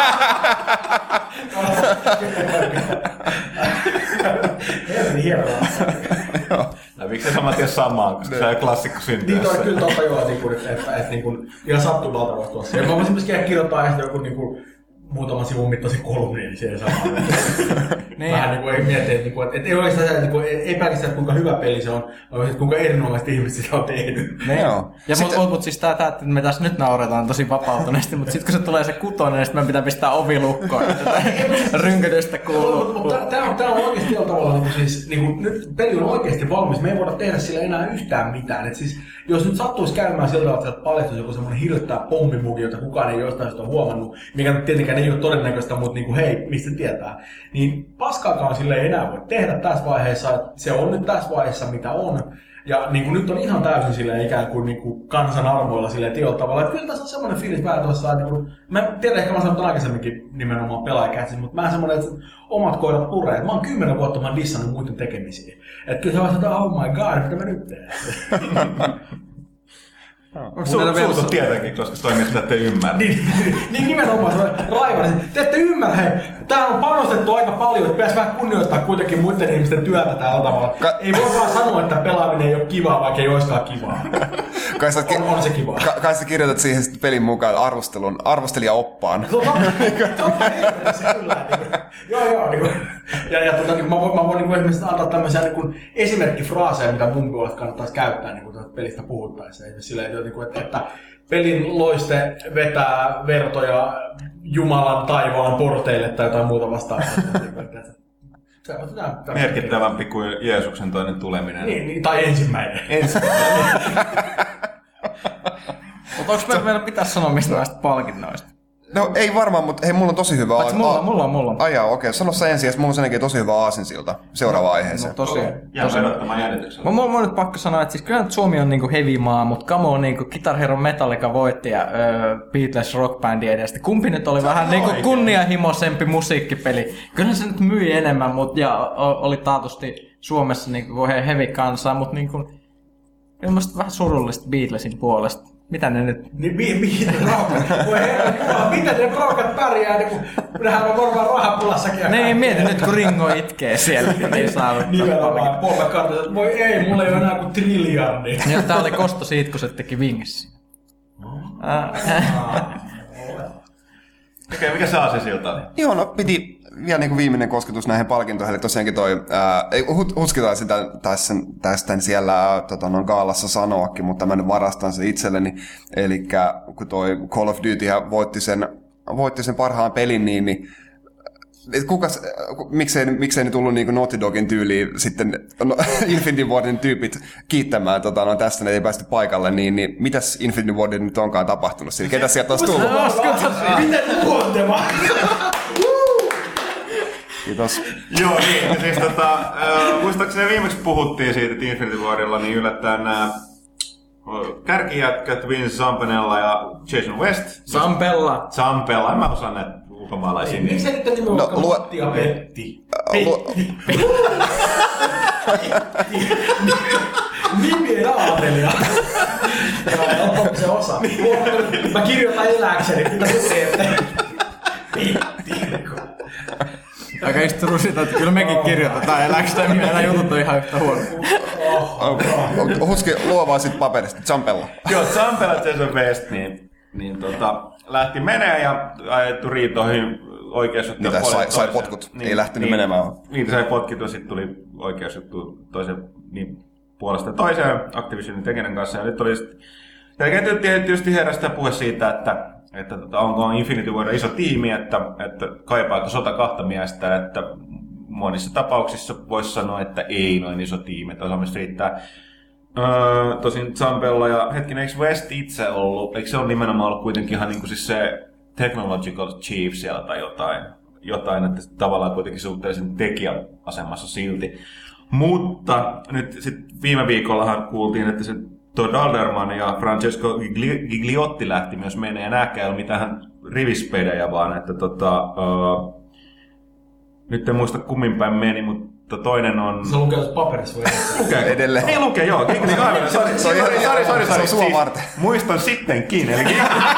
Hienoa.
Miksi se saman tien samaan, koska se on klassikko syntyessä.
Niin on kyllä totta joo, että ihan sattumalta voisi tuossa. Ja mä voisin myöskin kirjoittaa ehkä joku muutaman sivun mittaisen kolumnin, niin se ei saa. Vähän niin kuin ei miettiä, että ei oikeastaan ei pelkästään kuinka hyvä peli se on, vaan kuinka erinomaisesti ihmiset sitä on tehnyt.
Mutta siis tämä, että me tässä nyt nauretaan tosi vapautuneesti, mutta sitten kun se tulee se 6, niin sitten meidän pitää pistää ovi lukkoon. Rynkytystä kuuluu.
Tämä on oikeasti jollain tavalla, nyt peli on oikeasti valmis, me ei voida tehdä sillä enää yhtään mitään. Et siis, jos nyt sattuisi käymään sillä tavalla, että paljastuisi joku semmoinen hirveä pommimuki, jota kukaan ei jostain sitä huomannut, mikä nyt tietenkään ei ole todennäköistä, mutta hei, mistä tietää, niin paskaakaan sille ei enää voi tehdä tässä vaiheessa, se on nyt tässä vaiheessa mitä on, Ja niin kuin nyt on ihan täysin silleen ikään kuin, kansan armoilla silleen tietyllä tavalla. Että kyllä tässä on semmoinen fiilis vähän tuossa, että mä tiedän, ehkä mä sanon aikaisemminkin nimenomaan pelaajakäsissä, mutta mä semmoinen, että omat koirat puree. Mä oon 10 vuotta mä oon dissannut muiden tekemisiä. Että kyllä se vaan sanotaan, oh my god, mitä mä nyt teen?
Suutut tietenkin, koska toimii sitä, että te ymmärrä.
Niin nimenomaan se on raivainen. Te ette ymmärrä, hei, täällä on panostettu aika paljon, että pitäisi vähän kunnioittaa kuitenkin muiden ihmisten työtä täällä tavalla. Ei voi vaan sanoa, että pelaaminen ei ole kivaa, vaikka ei olisikaan kivaa. On se kivaa.
Kai sä kirjoitat siihen pelin mukaan arvostelijaoppaan.
Totta, se kyllä. Joo. Mä voin esimerkiksi antaa tämmöisiä esimerkkifraaseja, mitä mun puolesta kannattaisi käyttää pelistä puhuttaessa. Silleen, että pelin loiste vetää vertoja Jumalan taivaan porteille tai jotain muuta vastaavaa.
Merkittävämpi kuin Jeesuksen toinen tuleminen.
Niin, tai ensimmäinen.
Mutta onko meillä pitäisi sanoa mistä näistä palkinnoista?
No ei varmaan, mutta hei, mulla on tosi hyvä
Mulla on.
Ai okei. Sano sä ensin, mulla on senkin tosi hyvä aasinsilta seuraavaan aiheeseen.
No tosiaan.
Jäämme odottamaan jännityksellä.
Mulla on nyt pakko sanoa, että siis kyllä nyt Suomi on niinku heavy maa, mutta come on, niinku Guitar Hero Metallica voitti ja Beatles Rock Bandin edestä. Kumpi nyt oli vähän niinku kunnianhimoisempi musiikkipeli. Kyllä se nyt myi enemmän, ja oli taatusti Suomessa niinku heavy kansaa, mutta niinku ilmeisesti vähän surullista Beatlesin puolesta. Mitä ne nyt?
Mitä ne rookat pärjää, kun nehän on varmaan rahapulassakin.
Ne ei mieti nyt, kun Ringo itkee siellä. Ei saanut.
Nimenomaan. Paul McCartney, että voi ei, mulla ei ole enää kuin triljardi.
Ja tää oli kosto siitä, kun se teki Wingissä.
Okei, mikä se aasinsilta oli?
Joo, no piti vielä niin kuin viimeinen kosketus näihin palkintoihin, eli tosiaankin toi, Hutskitaan sitä tästä siellä gaalassa sanoakin, mutta mä nyt varastan sen itselleni, eli kun toi Call of Duty voitti sen parhaan pelin, niin miksei ne tullut niin Naughty Dogin tyyliin sitten Infinity Wardin tyypit kiittämään tästä, ne ei päästy paikalle, niin mitäs Infinity Wardin nyt onkaan tapahtunut? Siis ketä sieltä olisi tullut?
Miten luontevaa?
Kiitos.
Joo, niin. Siis muistaakseni viimeksi puhuttiin siitä, että Infinity Wardilla niin yllättäen nämä kärkijätkät Vince Zampella ja Jason West. Zampella, en mä osaa näitä ulkomaalaisia.
Miksi se nyt on nimenomaan Matti ja Petti? Nimien aatelia. Onko se osa? Mä kirjoitan eläkseni, mitä sä teette? Petti.
Aika isturu sitä, että kyllä mekin kirjoitetaan eläksistä ja meidän jutut on ihan yhtä huono.
Hutski, luo vaan sit paperista. Zampella.
Joo, Zampella Jason West lähti menee ja ajettu riitoihin oikeusjuttu.
Mitä sai potkut? Ei lähtenyt menemään.
Niitä sai potkut ja sitten tuli oikeusjuttu toisen puolesta toiseen Activisionin tekijän kanssa. Ja nyt oli tietysti herästä puhe siitä, että onko Infinity Ward iso tiimi, että kaipaako sota kahta miestä, että monissa tapauksissa voisi sanoa, että ei noin iso tiimi, että osaamista riittää. Tosin Zampella ja hetkinen, eikö West itse ollut, eikö se ole nimenomaan ollut kuitenkin ihan niin kuin siis se technological chief siellä tai jotain, että tavallaan kuitenkin suhteellisen tekijäasemassa silti. Mutta nyt sitten viime viikollahan kuultiin, että se Todd Alderman ja Francesco Gigliotti lähti myös menee, ja nääkään ei ole mitään rivispedejä, vaan että nyt en muista kummin päin meni, mutta toinen on...
Se lukee tuossa paperissa vai?
Lukee edelleen.
Ei lukee, joo.
Sori.
Muistan sittenkin. Eli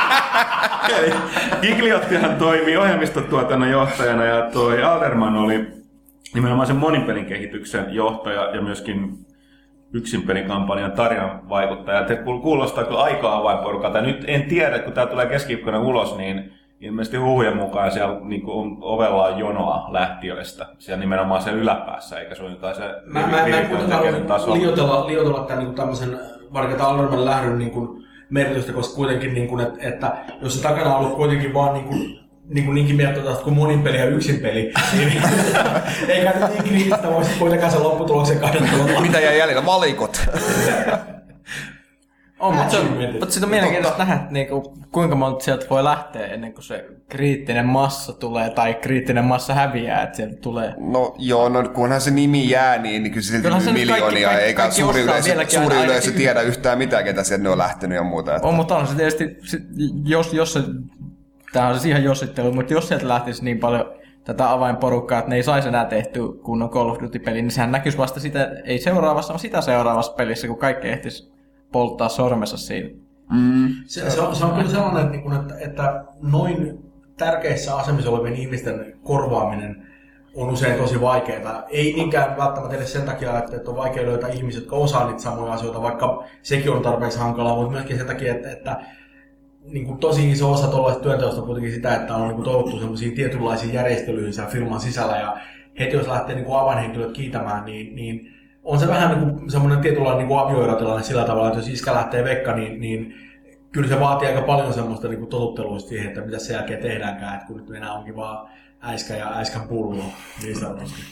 Gigliottihan toimi ohjelmistotuotannon johtajana, ja toi Alderman oli nimenomaan sen monipelin kehityksen johtaja, ja myöskin yksin pelikampanjan tarinan vaikuttaja. Kuulostaa kyllä aika avainporukalta. Nyt en tiedä, kun tää tulee keskiviikkona ulos, niin ilmeisesti huhujen mukaan siellä niin ovella on jonoa lähtiöistä. Siellä nimenomaan se yläpäässä, eikä suinkaan se
virikon taso. Liioitella tämän niin tämmöisen, vaikka Alderman lähdön niin merkitystä, koska kuitenkin, niin kuin, että jos se takana on ollut kuitenkin vaan niinkin mieltä kuin monin peli ja yksin peli, niin eikä nyt niin kriittistä voisi kuitenkaan sen lopputuloksen kannatella.
Mitä jäi jäljellä? Valikot.
On, mutta sit on mielenkiintoista nähdä, että niinku, kuinka monta sieltä voi lähteä ennen kuin se kriittinen massa tulee tai kriittinen massa häviää, että sieltä tulee.
No joo, no kunhan se nimi jää, niin kyllä se silti miljoonia, eikä suuri yleisö tiedä yhtään mitään, ketä sieltä on lähtenyt ja muuta. Että...
On, mutta on se tietysti, jos se, tämä on siis ihan jossittelu, mutta jos sieltä lähtisi niin paljon tätä avainporukkaa, että ne ei saisi enää tehtyä kunnon Call of Duty-peliä, niin sehän näkyisi vasta sitä, ei seuraavassa, vaan sitä seuraavassa pelissä, kun kaikki ehtisi polttaa sormensa siinä.
Se on kyllä sellainen, että noin tärkeissä asemissa olevien ihmisten korvaaminen on usein tosi vaikeaa. Ei niinkään välttämättä edes sen takia, että on vaikea löytää ihmisiä, jotka osaa niitä samoja asioita, vaikka sekin on tarpeeksi hankalaa, mutta myöskin sen takia, että niin kuin tosi iso osa tuollaisesta työnteosta on kuitenkin sitä, että on niin toivottu sellaisia tietynlaisia järjestelyihin siellä firman sisällä, ja heti jos lähtee niin avainhenkilöt kiitämään, niin on se vähän niin kuin semmoinen tietynlainen niin avioerotilanne sillä tavalla, että jos iskä lähtee vekka, niin kyllä se vaatii aika paljon semmoista niin totutteluista siihen, että mitä sen jälkeen tehdäänkään, että kun nyt enää onkin vaan äiskä ja äiskän pullo, niin sanotusti.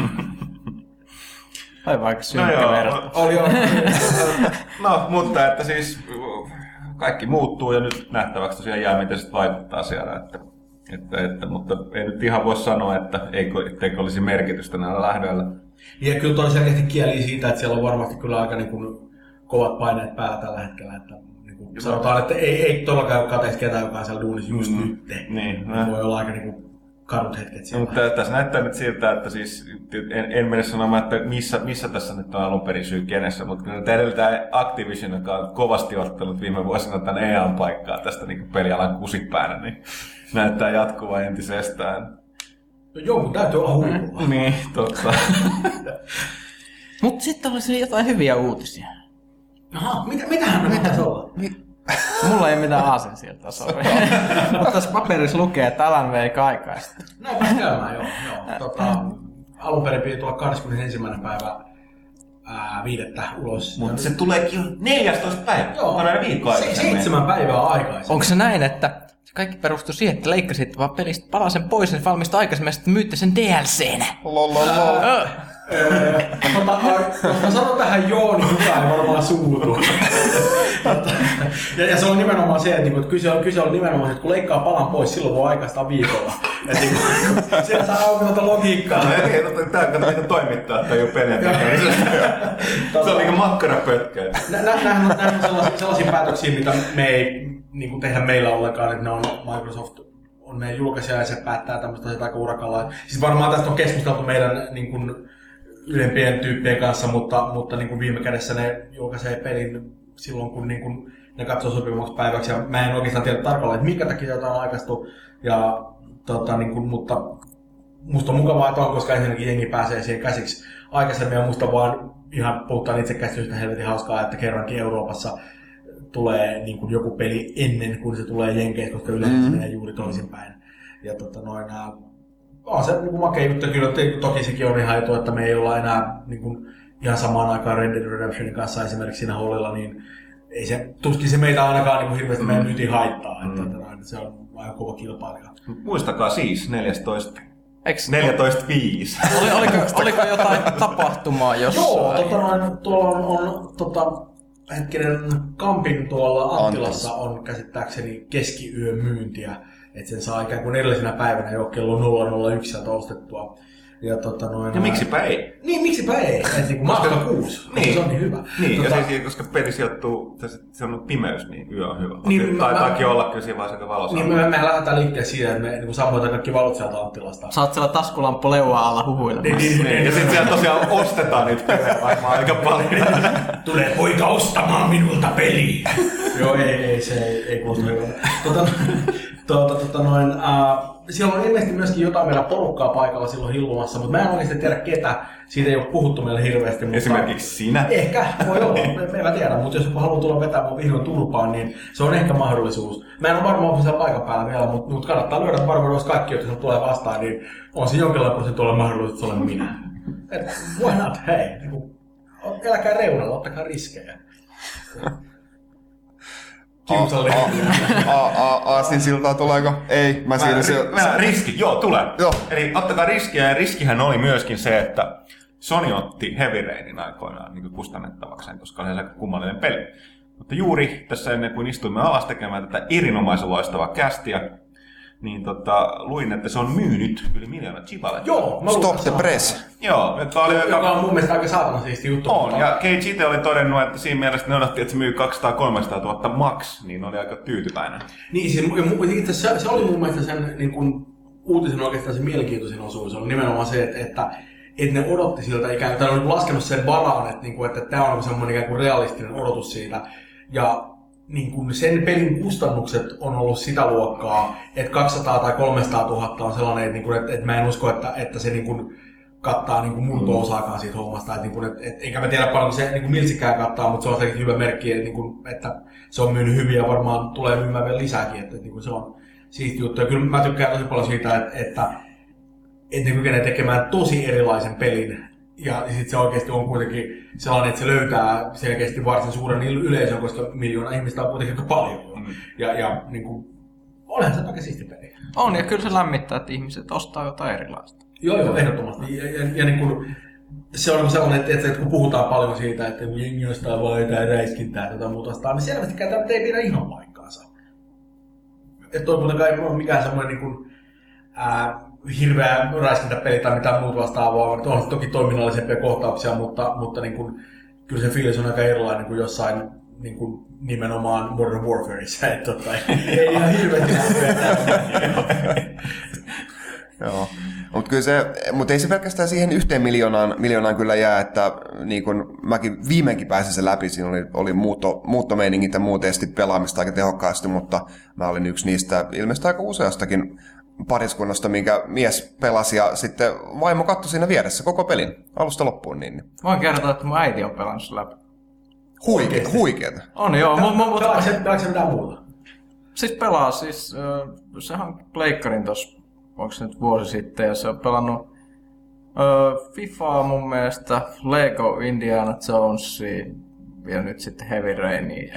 Aivan aika synkkä verta.
No, mutta että siis kaikki muuttuu ja nyt nähtäväksi tosiaan jää, miten se vaikuttaa siellä. Mutta ei nyt ihan voi sanoa, että eikö olisi merkitystä näillä lähdöillä.
Ja kyllä toi selkeästi kieli siitä, että siellä on varmasti kyllä aika niin kuin kovat paineet päällä tällä hetkellä. Että niin kuin sanotaan, että ei todellakaan ole kateeksi ketään, joka on siellä duunissa just nyt.
Niin,
voi olla aika niin kuin kadut hetket siellä.
Mutta tässä näyttää nyt siltä, että siis en mene sanomaan, että missä tässä nyt on alun perin syy kenessä, mutta kyllä edellytään Activision, joka on kovasti ottanut viime vuosina tämän EA:n paikkaa tästä niin pelialan kusipäänä, niin näyttää jatkuvan entisestään.
No jonkun täytyy olla huipulla.
Niin, totta.
Mutta sitten olisi jotain hyviä uutisia.
Aha, mitähän me pitäisi olla?
Mulla ei mitään aasinsilta tasoa. Mutta tässä paperissa lukee, että Alan Wake aikaista.
Näin pääsi käymään, joo. Alun perin piti tulla 21. päivä 5. ulos.
Mutta se tuleekin jo 14. päivä.
Joo.
On aina viikko aikaisemmin.
7 päivää aikaisemmin.
Onko se näin, että se kaikki perustuu siihen, että leikkasit vaan pelistä palasen pois ja valmistui aikaisemmin ja sitten myytte sen DLC:nä?
Mä sanon tähän joo, niin kukaan ei varmaan suutu. Ja se on nimenomaan se, että kyse on nimenomaan, että kun leikkaa palan pois, silloin voi aikaistaa viikolla. Siellä saa auki tuota logiikkaa.
Tää on toimittaa, että ei ole pelejä tekemistä. Se on niinku makkarapötköä.
Nämähän on sellaisia päätöksiä, mitä me ei niin tehdä meillä ollenkaan, että ne on Microsoft on meidän julkaisija ja se päättää tämmöistä asiaa aika urakalla. Siis varmaan tästä on keskusteltu meidän niin kuin ylempien tyyppien kanssa, mutta niin kuin viime kädessä ne julkaisee pelin silloin, kun niin kuin ne katsoo sopivaksi päiväksi. Ja mä en oikeastaan tiedä tarkalleen, että minkä takia jotain on aikaistu. Ja, niin kuin, mutta musta on mukavaa, että on, koska ensinnäkin jengi pääsee siihen käsiksi aikaisemmin. Ja musta vaan ihan puhutaan itsekäsitystä helvetin hauskaa, että kerrankin Euroopassa tulee niin kuin joku peli ennen kuin se tulee Jenkeissä, koska yleensä se menee juuri toisinpäin. Ja on se niin kuin makea juttu. Kyllä toki sekin on ihan etu, että me ei olla enää niin kuin ihan samaan aikaan Red Dead Redemptionin kanssa esimerkiksi siinä hollilla, niin ei se, tuskin se meitä ainakaan niin kuin hirveästi meidän yti haittaa. Että se on aika kova kilpailija.
Muistakaa siis 14.5.
Oliko jotain tapahtumaa jossain?
Joo, tuolla on hetkinen Kampin tuolla Anttilassa on käsittääkseni keskiyön myyntiä. Että sen saa ikään kuin edellisenä päivänä jo kello 001 sieltä ostettua. Ja
miksipä ei?
Niin, miksipä ei? Että niin kuin matka 6, niin. Se on niin hyvä.
Niin, ja siis, koska peli sijoittuu, se on pimeys, niin yö on hyvä. Niin, taitaakin olla kyllä siinä vaiheessa aika valossa.
Niin, mehän lähdetään liikkeelle siitä, että me niin sammutaan kaikki valot sieltä Anttilasta.
Saat siellä taskulamppu leua alla huhuilemassa.
Niin, ja sitten siellä tosiaan ostetaan niitä pelejä varmaan aika paljon.
Tulee poika ostamaan minulta peliä. Joo, ei, se ei kuulosta hyvältä. Siellä on ilmeisesti myöskin jotain meidän porukkaa paikalla silloin hillumassa, mutta mä en oikeasti tiedä ketä. Siitä ei ole puhuttu meille hirveästi. Mutta
esimerkiksi sinä?
Ehkä, voi olla. En tiedä, mutta jos joku haluaa tulla vetämään vihdoin turpaan, niin se on ehkä mahdollisuus. Mä en ole varmaan siellä paikan päällä vielä, mutta kannattaa lyödä varmaan, jos kaikki, jotka sieltä tulee vastaan, niin on se jonkinlainen prosentuaalinen mahdollisuus, että se olen minä. Why not? Hei, eläkää reunalla, ottakaa riskejä.
Aasin siltaa tuleeko? Ei, mä siirryn
riski, joo, tulee.
Joo.
Eli ottakaa riskiä, ja riskihän oli myöskin se, että Sony otti Heavy Rainin aikoinaan niin kustannettavakseen, koska oli aika kummallinen peli. Mutta juuri tässä ennen kuin istuimme alas tekemään tätä erinomaisen loistavaa castia, niin luin, että se on myynyt yli 1 000 000 chipaletta.
Joo,
Stop the press.
Joo,
joka on mun mielestä aika saatana siisti juttu.
On, ja Cage itse oli todennut, että siinä mielessä ne odotti, että se myy 200-300 000 max, niin oli aika tyytyväinen.
Niin, siis, itse se oli mun mielestä sen niin kuin, uutisen oikeastaan se mielenkiintoisin osuus. Se oli nimenomaan se, että ne odotti siltä ikään kuin, on laskenut sen varaan, että tämä on semmoinen ikään kuin realistinen odotus siitä. Ja niin kuin sen pelin kustannukset on ollut sitä luokkaa, että 200 tai 300 000 on sellainen, että mä en usko, että se niin kuin kattaa niin kuin murto-osaakaan siitä hommasta. Enkä mä tiedä paljon, se niin miltsikään kattaa, mutta se on sekin hyvä merkki, että se on myynyt hyvin ja varmaan tulee myymään vielä lisääkin. Että se on siisti juttu. Ja kyllä mä tykkään tosi paljon siitä, että ne kykenee tekemään tosi erilaisen pelin. Ja sitten se oikeasti on kuitenkin sellainen, että se löytää selkeästi varsin suuren yleisön, koska 1 miljoonaa ihmistä on kuitenkin aika paljon. Ja niin kuin, olihan se aika siisti peli.
On, ja kyllä se lämmittää, että ihmiset ostaa jotain erilaista.
Joo, ehdottomasti. Ja niin kuin, se on sellainen, että kun puhutaan paljon siitä, että jengi ostaa vaan jotain räiskintää tai muuta vastaan, niin selvästikään tämä ei pidä ihan paikkaansa. Että toi kuitenkaan ei ole mikään semmoinen niin kuin, hirveä räiskintäpeli tai mitään muuta vastaavaa. On toki toiminnallisempia kohtauksia, mutta niin kuin, kyllä se fiilis on aika erilainen kuin jossain niin kuin, nimenomaan Modern Warfareissa. Ei ihan hirveästi
Joo. Mutta ei se pelkästään siihen 1 miljoonaan kyllä jää, että niin kun mäkin viimeinkin pääsin sen läpi, siinä oli muuttomeiningit ja muut esti pelaamista aika tehokkaasti, mutta mä olin yksi niistä ilmeisesti aika useastakin pariskunnasta, minkä mies pelasi ja sitten vaimo katsoi siinä vieressä koko pelin alusta loppuun. Niin.
Voin kertoa, että mun äiti on pelannut sen läpi.
Huikeeta.
On joo.
Pelaatko se mitään muuta?
Siis pelaa, sehän pleikkarin tossa, onko se nyt vuosi sitten, ja se on pelannut FIFAa mun mielestä, Lego Indiana Jonesia ja nyt sitten Heavy Rainia.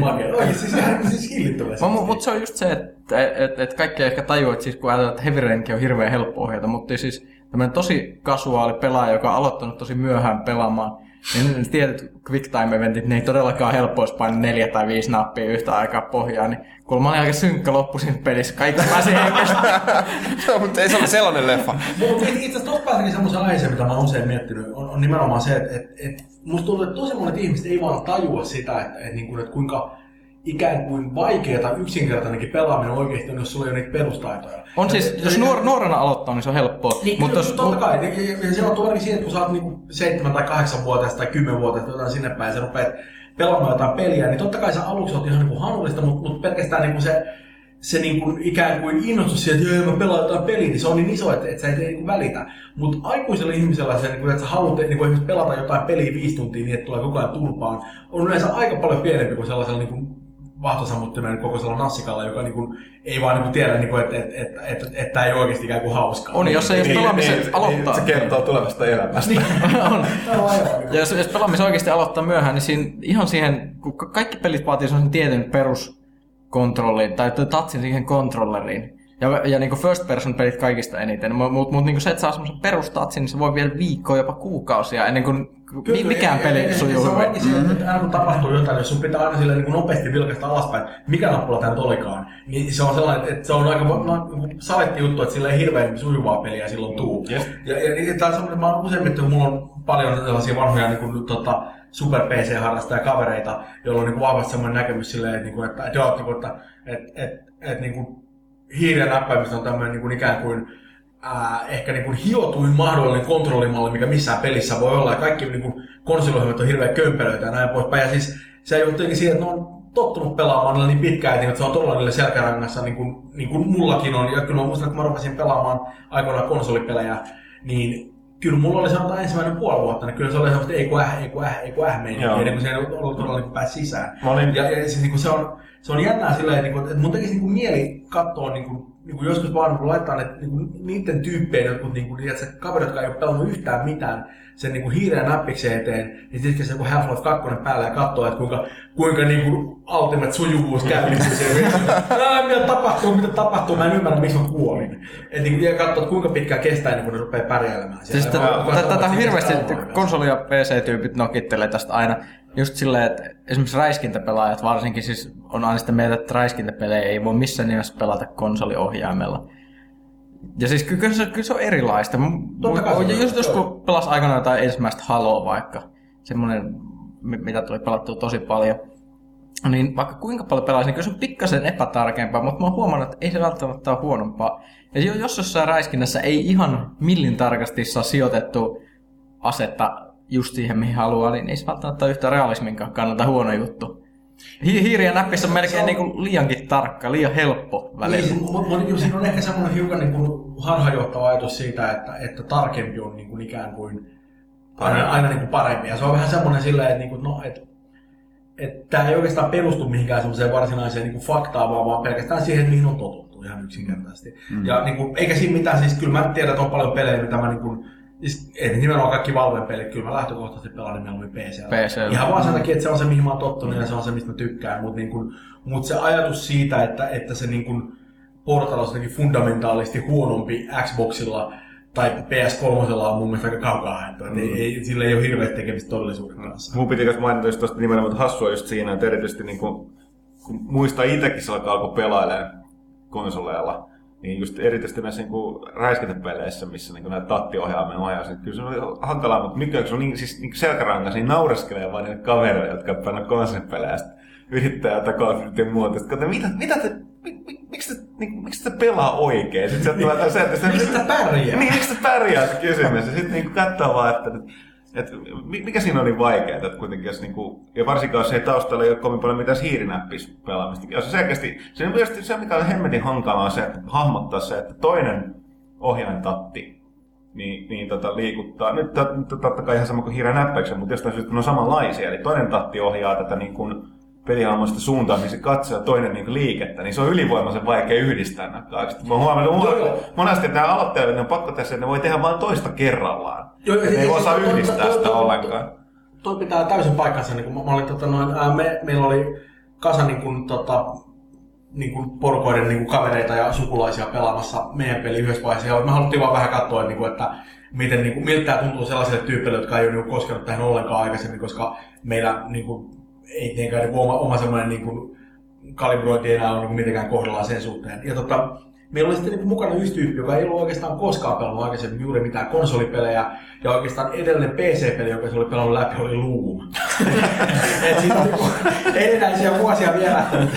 Siis hillittömästi.
Mutta se on just se, että kaikki ehkä tajuu, että siis kun ajatellaan, että Heavy Rainkin on hirveän helppo ohjata, mutta siis tämmöinen tosi kasuaali pelaaja, joka on aloittanut tosi myöhään pelaamaan, niin tietyt quick time eventit, ne ei todellakaan helppoisi painaa 4 tai 5 nappia yhtä aikaa pohjaan, niin kun mä olin aika synkkä loppu siinä pelissä, kaikki pääsi henkestä.
No, mutta ei se ole sellainen leffa.
Mutta itse asiassa tuossa pääsenkin semmoisen aiheeseen, mitä mä oon usein miettinyt, on nimenomaan se, että musta tuntuu, että tosi monet ihmiset ei vaan tajua sitä, että kuinka ikään kuin vaikea tai yksinkertainenkin pelaaminen oikeasti on, jos sulla ei ole niitä perustaitoja.
On siis, jos nuorena aloittaa, niin se on helppoa.
Niin, mutta totta kai. Ja se on todellakin siihen, että kun sä oot niinku 7- tai 8-vuotias tai 10-vuotias tai jotain sinne päin, ja sä rupeat pelaamaan jotain peliä, niin totta kai sä aluksi oot ihan niinku hanullista, mutta pelkästään niinku se niinku ikään kuin innostus siihen, että mä pelaan jotain peliä, niin se on niin iso, että sä et niinku välitä. Mutta aikuisella ihmisellä se, että sä haluat niinku esimerkiksi pelata jotain peliä 5 tuntia niin, että tulee koko ajan turpaan, on yleensä aika paljon pienempi kuin sellaisella niinku vahtosammuttimen kokoisella nassikalla, joka niinku ei vaan niinku tiedä, niinku, että tämä ei oikeasti ikään kuin hauskaa.
On, jos ei pelaamisen aloittaa.
Se kertoo tulevasta elämästä.
On. Ja jos pelaamisen oikeasti aloittaa myöhään, niin ihan siihen, kun kaikki pelit vaatii sellaisen tietyn peruskontrollin tai touchin siihen kontrolleriin. Ja niin kuin first person pelit kaikista eniten, mutta niin se, että saa semmoisen perustatsin, niin se voi viedä viikkoa, jopa kuukausia ennen kuin mikään peli sujuu hyvin.
Se on oikein se, että aina kun tapahtuu jotain, jos sun pitää aina silleen niin nopeasti vilkaista alaspäin, mikä nappula tämä nyt olikaan, niin se on sellainen, että se on aika saletti juttu, että sillä ei hirveän sujuvaa peliä silloin tuu. Yes. Ja tämä on semmoinen, mä oon usein miettinyt, kun mulla on paljon sellaisia vanhoja niin kuin, super PC-harrastajia kavereita, joilla on niin kuin vahvasti semmoinen näkemys silleen, että hiiri ja näppäimistä on tämmöinen niin kuin ikään kuin ehkä niin kuin hiotuin mahdollinen kontrollimalli, mikä missään pelissä voi olla. Ja kaikki niin kuin konsoliohjelmat on hirveän kömpelöitä ja näin poispäin. Ja siis se johtuukin siihen, että ne on tottunut pelaamaan niillä niin pitkään, että se on todella niille selkärangassa, niin kuin mullakin on. Ja kyllä mä muistan, että kun mä rupesin pelaamaan aikoinaan konsolipelejä, niin kyllä mulla oli sanotaan ensimmäinen puoli vuotta, niin kyllä se oli semmoista ei kun meininkiä, ennen kuin se ei ollut todella niin pääsi sisään. Ja siis, niin se on jännää silleen, että mun tekisi niin mieli katsoa niin kuin joskus vaan kun laittaa niiden tyyppejä, jotkut kaverit, jotka ei ole pelannut yhtään mitään sen niin hiireen näppikseen eteen, niin sitten se joku Half-Life 2 päällä ja katsoo, että kuinka niin kuin ultimate sujuvuus käynnistyy siellä. Mitä tapahtuu, mä en ymmärrä, missä mä kuolin. Ja katsoo, että kuinka pitkään kestää, niin kun ne rupeaa pärjäilemään.
Siis tätä hirveästi konsoli- ja PC-tyypit nokittelee tästä aina. just silleen, että esimerkiksi räiskintäpelaajat varsinkin siis on aina sitä mieltä, että räiskintäpelejä ei voi missään nimessä pelata konsoliohjaimella. Ja siis kyllä se on erilaista. Just kun pelas aikana jotain ensimmäistä Haloa vaikka, semmoinen, mitä tuli pelattua tosi paljon, niin vaikka kuinka paljon pelaisin, niin kyllä se on pikkasen epätarkempaa, mutta mä oon huomannut, että ei se välttämättä ole huonompaa. Ja jos jossain räiskinnässä ei ihan millin tarkasti saa sijoitettua asetta just siihen, mihin haluaa, niin ei se välttämättä ole yhtään realisminkaan kannalta huono juttu. Hiiri ja näppissä on melkein niin liiankin tarkka, liian helppo välillä.
Niin, siinä on ehkä semmoinen hiukan niin harhaanjohtava ajatus siitä, että tarkempi on niin kuin ikään kuin aina niin kuin parempi. Ja se on vähän semmoinen silleen, että, niin kuin, että tämä ei oikeastaan perustu mihinkään semmoiseen varsinaiseen niin kuin faktaan, vaan pelkästään siihen, että mihin on totuttu ihan yksinkertaisesti. Ja niin kuin, eikä siinä mitään, siis kyllä mä tiedän, että on paljon pelejä, mitä mä niin kuin, ei nimenomaan kaikki Valven pelit, kyllä mä lähtökohtaisesti pelaan nimenomaan PC:llä. Ihan vaan sen takia, että se on se, mihin mä oon tottunut ja se on se, mistä mä tykkään. Mutta se ajatus siitä, että se niin kuin Portal on jotenkin fundamentaalisti huonompi Xboxilla tai PS3 on mun mielestä aika kaukaa haettu. Sillä ei ole hirveästi tekemistä todellisuuden kanssa.
Mun piti mainita just tuosta nimenomaan hassua just siinä, että erityisesti niin kun muistaa itsekin sillä alkoi pelailemaan konsoleilla, niin just erityisesti näissä niin räiskintäpeleissä, missä niin näitä tattiohjaamme ohjaa, kyllä se on hankalaa, mutta nykyään se on niin selkärankas, niin naureskelee vaan niille kavereille, jotka painaa konsolipelejä ja yrittää jotain Call of Duty ja muuta. Miksi te pelaa oikein? Sitten sieltä tulee se, että
miksi te pärjää?
Niin, miksi te pärjää se kysymys? Ja sitten niin katsoo vaan, että mikä siinä oli vaikeaa, että kuitenkin jos niinku, ja varsinkaan jos ei taustalla ei ole kovin paljon mitään hiirinäppis pelaamista. Ja se selkeästi, se mikä on hemmetin hankalaa on se, että hahmottaa se, että toinen ohjaintatti liikuttaa. Nyt totta kai ihan sama kuin hiirinäppäyksen, mutta jostain syystä ne on samanlaisia. Eli toinen tatti ohjaa tätä niin kuin pelihahmoista suuntaan, niin se katsoo toinen niin liikettä, niin se on ylivoimaisen vaikea yhdistää nämä kaksi. Mä oon huomannut monesti, että nämä aloittelijat on pakko tässä, että ne voi tehdä vain toista kerrallaan. Ne ei osaa yhdistää sitä ollenkaan.
Toi pitää täysin paikkansa. Niin mä olin, meillä oli kasa niin kuin porukoiden niin kuin kavereita ja sukulaisia pelaamassa meidän peli yhdessä vaiheessa. Ja me haluttiin vaan vähän katsoa, että miltä tämä tuntuu sellaisille tyypeille, jotka ei ole niin koskenut tähän ollenkaan aikaisemmin, koska meillä niin kuin, ei tietenkään niin oma semmoinen niin kalibrointi enää ole niin mitenkään kohdallaan sen suhteen. Ja meillä oli sitten niin mukana yksi tyyppi, joka ei ollut oikeastaan koskaan pelannut aikaisemmin juuri mitään konsolipelejä. Ja oikeastaan edellinen PC-peli, joka se oli pelannut läpi, oli Loom. Et siitä on niin erinäisiä vuosia vierähtänyt.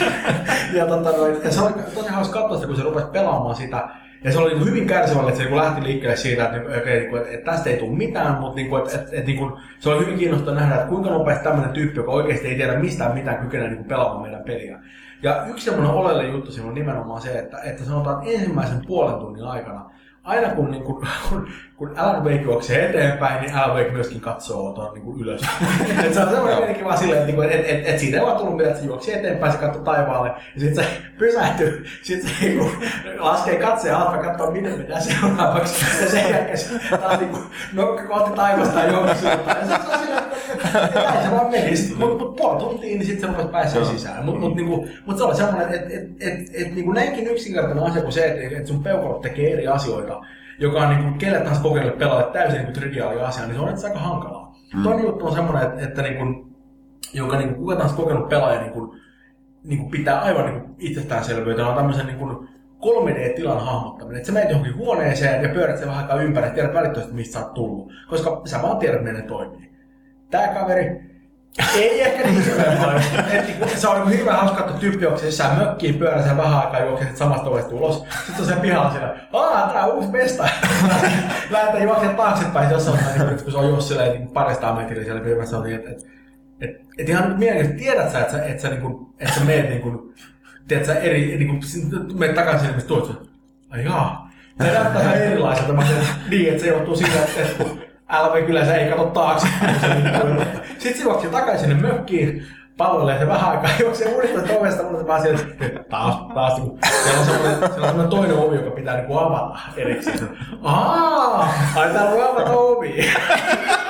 Ja se oli tosi hauska katsoa sitä, kun se rupesi pelaamaan sitä. Ja se oli niin hyvin kärsivällä, että se lähti liikkeelle siitä, että tästä ei tule mitään, mutta se oli hyvin kiinnostavaa nähdä, että kuinka nopeasti tämmöinen tyyppi, joka oikeasti ei tiedä mistään mitään, kykenee pelaamaan meidän peliä. Ja yksi semmoinen oleellinen juttu siinä on nimenomaan se, että sanotaan ensimmäisen puolen tunnin aikana, aina kun Alan Wake juoksee eteenpäin, niin Alan Wake myöskin katsoo ylös. Se on semmoinen jotenkin vaan silleen, että siitä ei vaan tullut mitään, että se juoksi eteenpäin, se katsoi taivaalle, ja sitten se pysähtyy, sitten se laskee katseen alta, katsoo miten pitää seuraavaksi, ja sen jälkeen se taas kohti taivasta ja johonkin suuntaan. Ja se on silleen, että se vaan meni, mutta puoli tuntia, niin sitten se rupesi pääsee sisään. Mutta se oli semmoinen, että näinkin yksinkertainen asia kuin se, että sun peukalot tekee eri asioita, joka on niin kelle tahansa kokeille pelaalle täysin niin triviaali asia, niin se on itse aika hankalaa. Toinen juttu on semmoinen, että jonka kuka tahansa kokenut pelaaja pitää aivan itsestäänselvyyttä, on tämmöisen 3D-tilan hahmottaminen. Että sä menet johonkin huoneeseen ja pyörät sen vähän aikaa ympäri, ja tiedät välittömästi, mistä sä oot tullut. Koska sä vaan tiedät, miten ne toimii. Tää kaveri ei ehkä niin hirveän paljon. Se on hirveän hauska katsoa tyyppi, onko se sisään mökkiin, pyörä sen vähän aikaa, juokset samasta ovesta ulos. Sitten on se pihalla siellä, tää on uusi mesta. Lähdetään juoksemaan taaksepäin jossain vaiheessa, kun se on just silleen parista metriä siellä pilmässä. Että ihan nyt mielenkiintoista, tiedät sä, että sä meet tiedät sä meet takaisin sinne, mistä tuot. Ai jaa. Se näyttää ihan erilaiselta. Niin, että se johtuu siitä, että LV kyllä se ei kato taakse. Sitten se juoksee takaisin sinne mökkiin, palvelee se vähän aikaa, juoksee uudestaan ovesta, mutta vaan siellä, taas. Siellä on semmoinen toinen ovi, joka pitää avata erikseen. Ai täällä on avata ovi.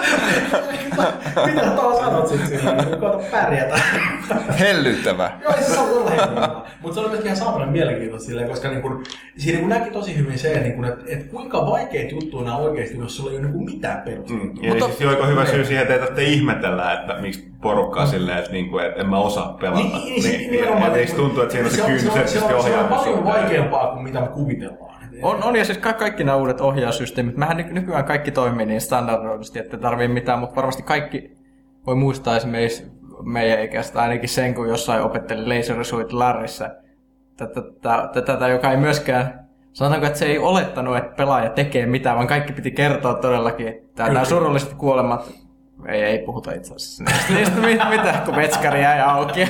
Mitä taas sanot sit siinä? Koeta pärjätä.
Hellyttävä.
Joo, se on todella hellyttävä. Mutta se oli myöskin ihan saamainen mielenkiintoista silleen, koska siinä näki tosi hyvin se, että kuinka vaikeita juttuja nämä oikeasti, jos sulla ei ole mitään perusteltua.
Eli siis joiko hyvä syy siihen, että ette ihmetellä, että miksi porukkaa silleen, että en mä osaa pelata. Eikö tuntuu, että siinä on se kynsepsisesti ohjaaminen?
Se on paljon vaikeampaa kuin mitä me kuvitellaan.
On ja siis kaikki nämä uudet ohjaussysteemit. Mähän nykyään kaikki toimii niin standardoidusti, että tarvii mitään, mutta varmasti kaikki voi muistaa esimerkiksi meidän ikäistä ainakin sen, kun jossain opetteli Laser Suit Larryssä. Tätä, joka ei myöskään, sanotaanko, että se ei olettanut, että pelaaja tekee mitään, vaan kaikki piti kertoa todellakin. Nämä surulliset kuolemat, ei puhuta itse asiassa niistä mitä, kun vetskari jäi auki.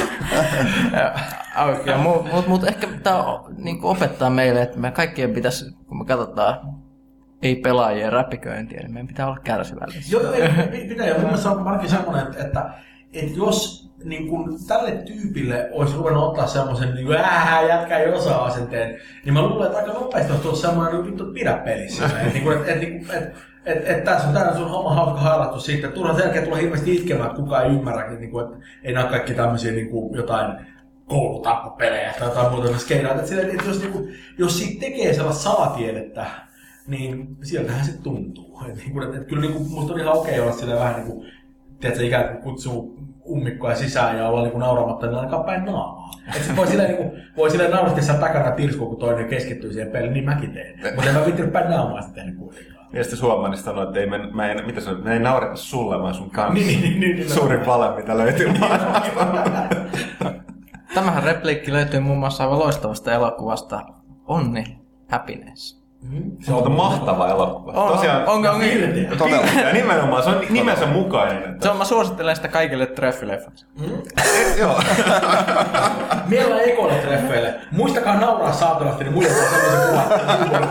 Mutta ehkä tämä niin opettaa meille, että me kaikkien pitäisi, kun me katsotaan ei-pelaajien räpiköintiä, niin meidän pitää olla kärsivällisiä.
Joo, pitää. Ja mun mielestä on varsinkin semmoinen, että jos niin kun tälle tyypille olisi ruvennut ottaa semmoisen niin jätkä ei osaa asenteen, niin mä luulen, että aika nopeasti olisi tullut semmoinen vittu pidä pelissä. Että tässä on tänään sun homma hauska harrastus siitä, että turhaan selkeä tulla hirveästi itkemään, että kukaan ei ymmärrä, että ei nämä kaikki tämmöisiä jotain koulutappopelejä tai jotain muuta skeidaa. Jos siitä tekee sellaista salatiedettä, niin sieltähän se tuntuu. Kyllä musta on ihan okei olla sillä vähän tiedätkö, ikään kuin kutsuu ummikkoja sisään ja olla nauramatta, niin ainakaan päin naamaa. Voi silleen naurasti siellä takana tirskua, kun toinen keskittyy siihen peliin, niin mäkin teen. Mutta en mä vittinyt päin naamaa sitä tehnyt kuitenkaan.
Ja sitten Suomanista sanoi, että me ei naureta sulle, vaan sun kanssa. Niin, suurin vale, mitä löytyy maailmasta.
Tämähän repliikki löytyy muun muassa aivan loistavasta elokuvasta Onni, Happiness.
Se on mahtava elokuva.
Onko
todella. Ja nimenomaan, se on nimensä mukainen.
Mä suosittelen sitä kaikille treffileffaksi.
Joo.
Mielellään ekoille treffeille. Muistakaa nauraa saatavasti, niin muille on sellaisen kuvan.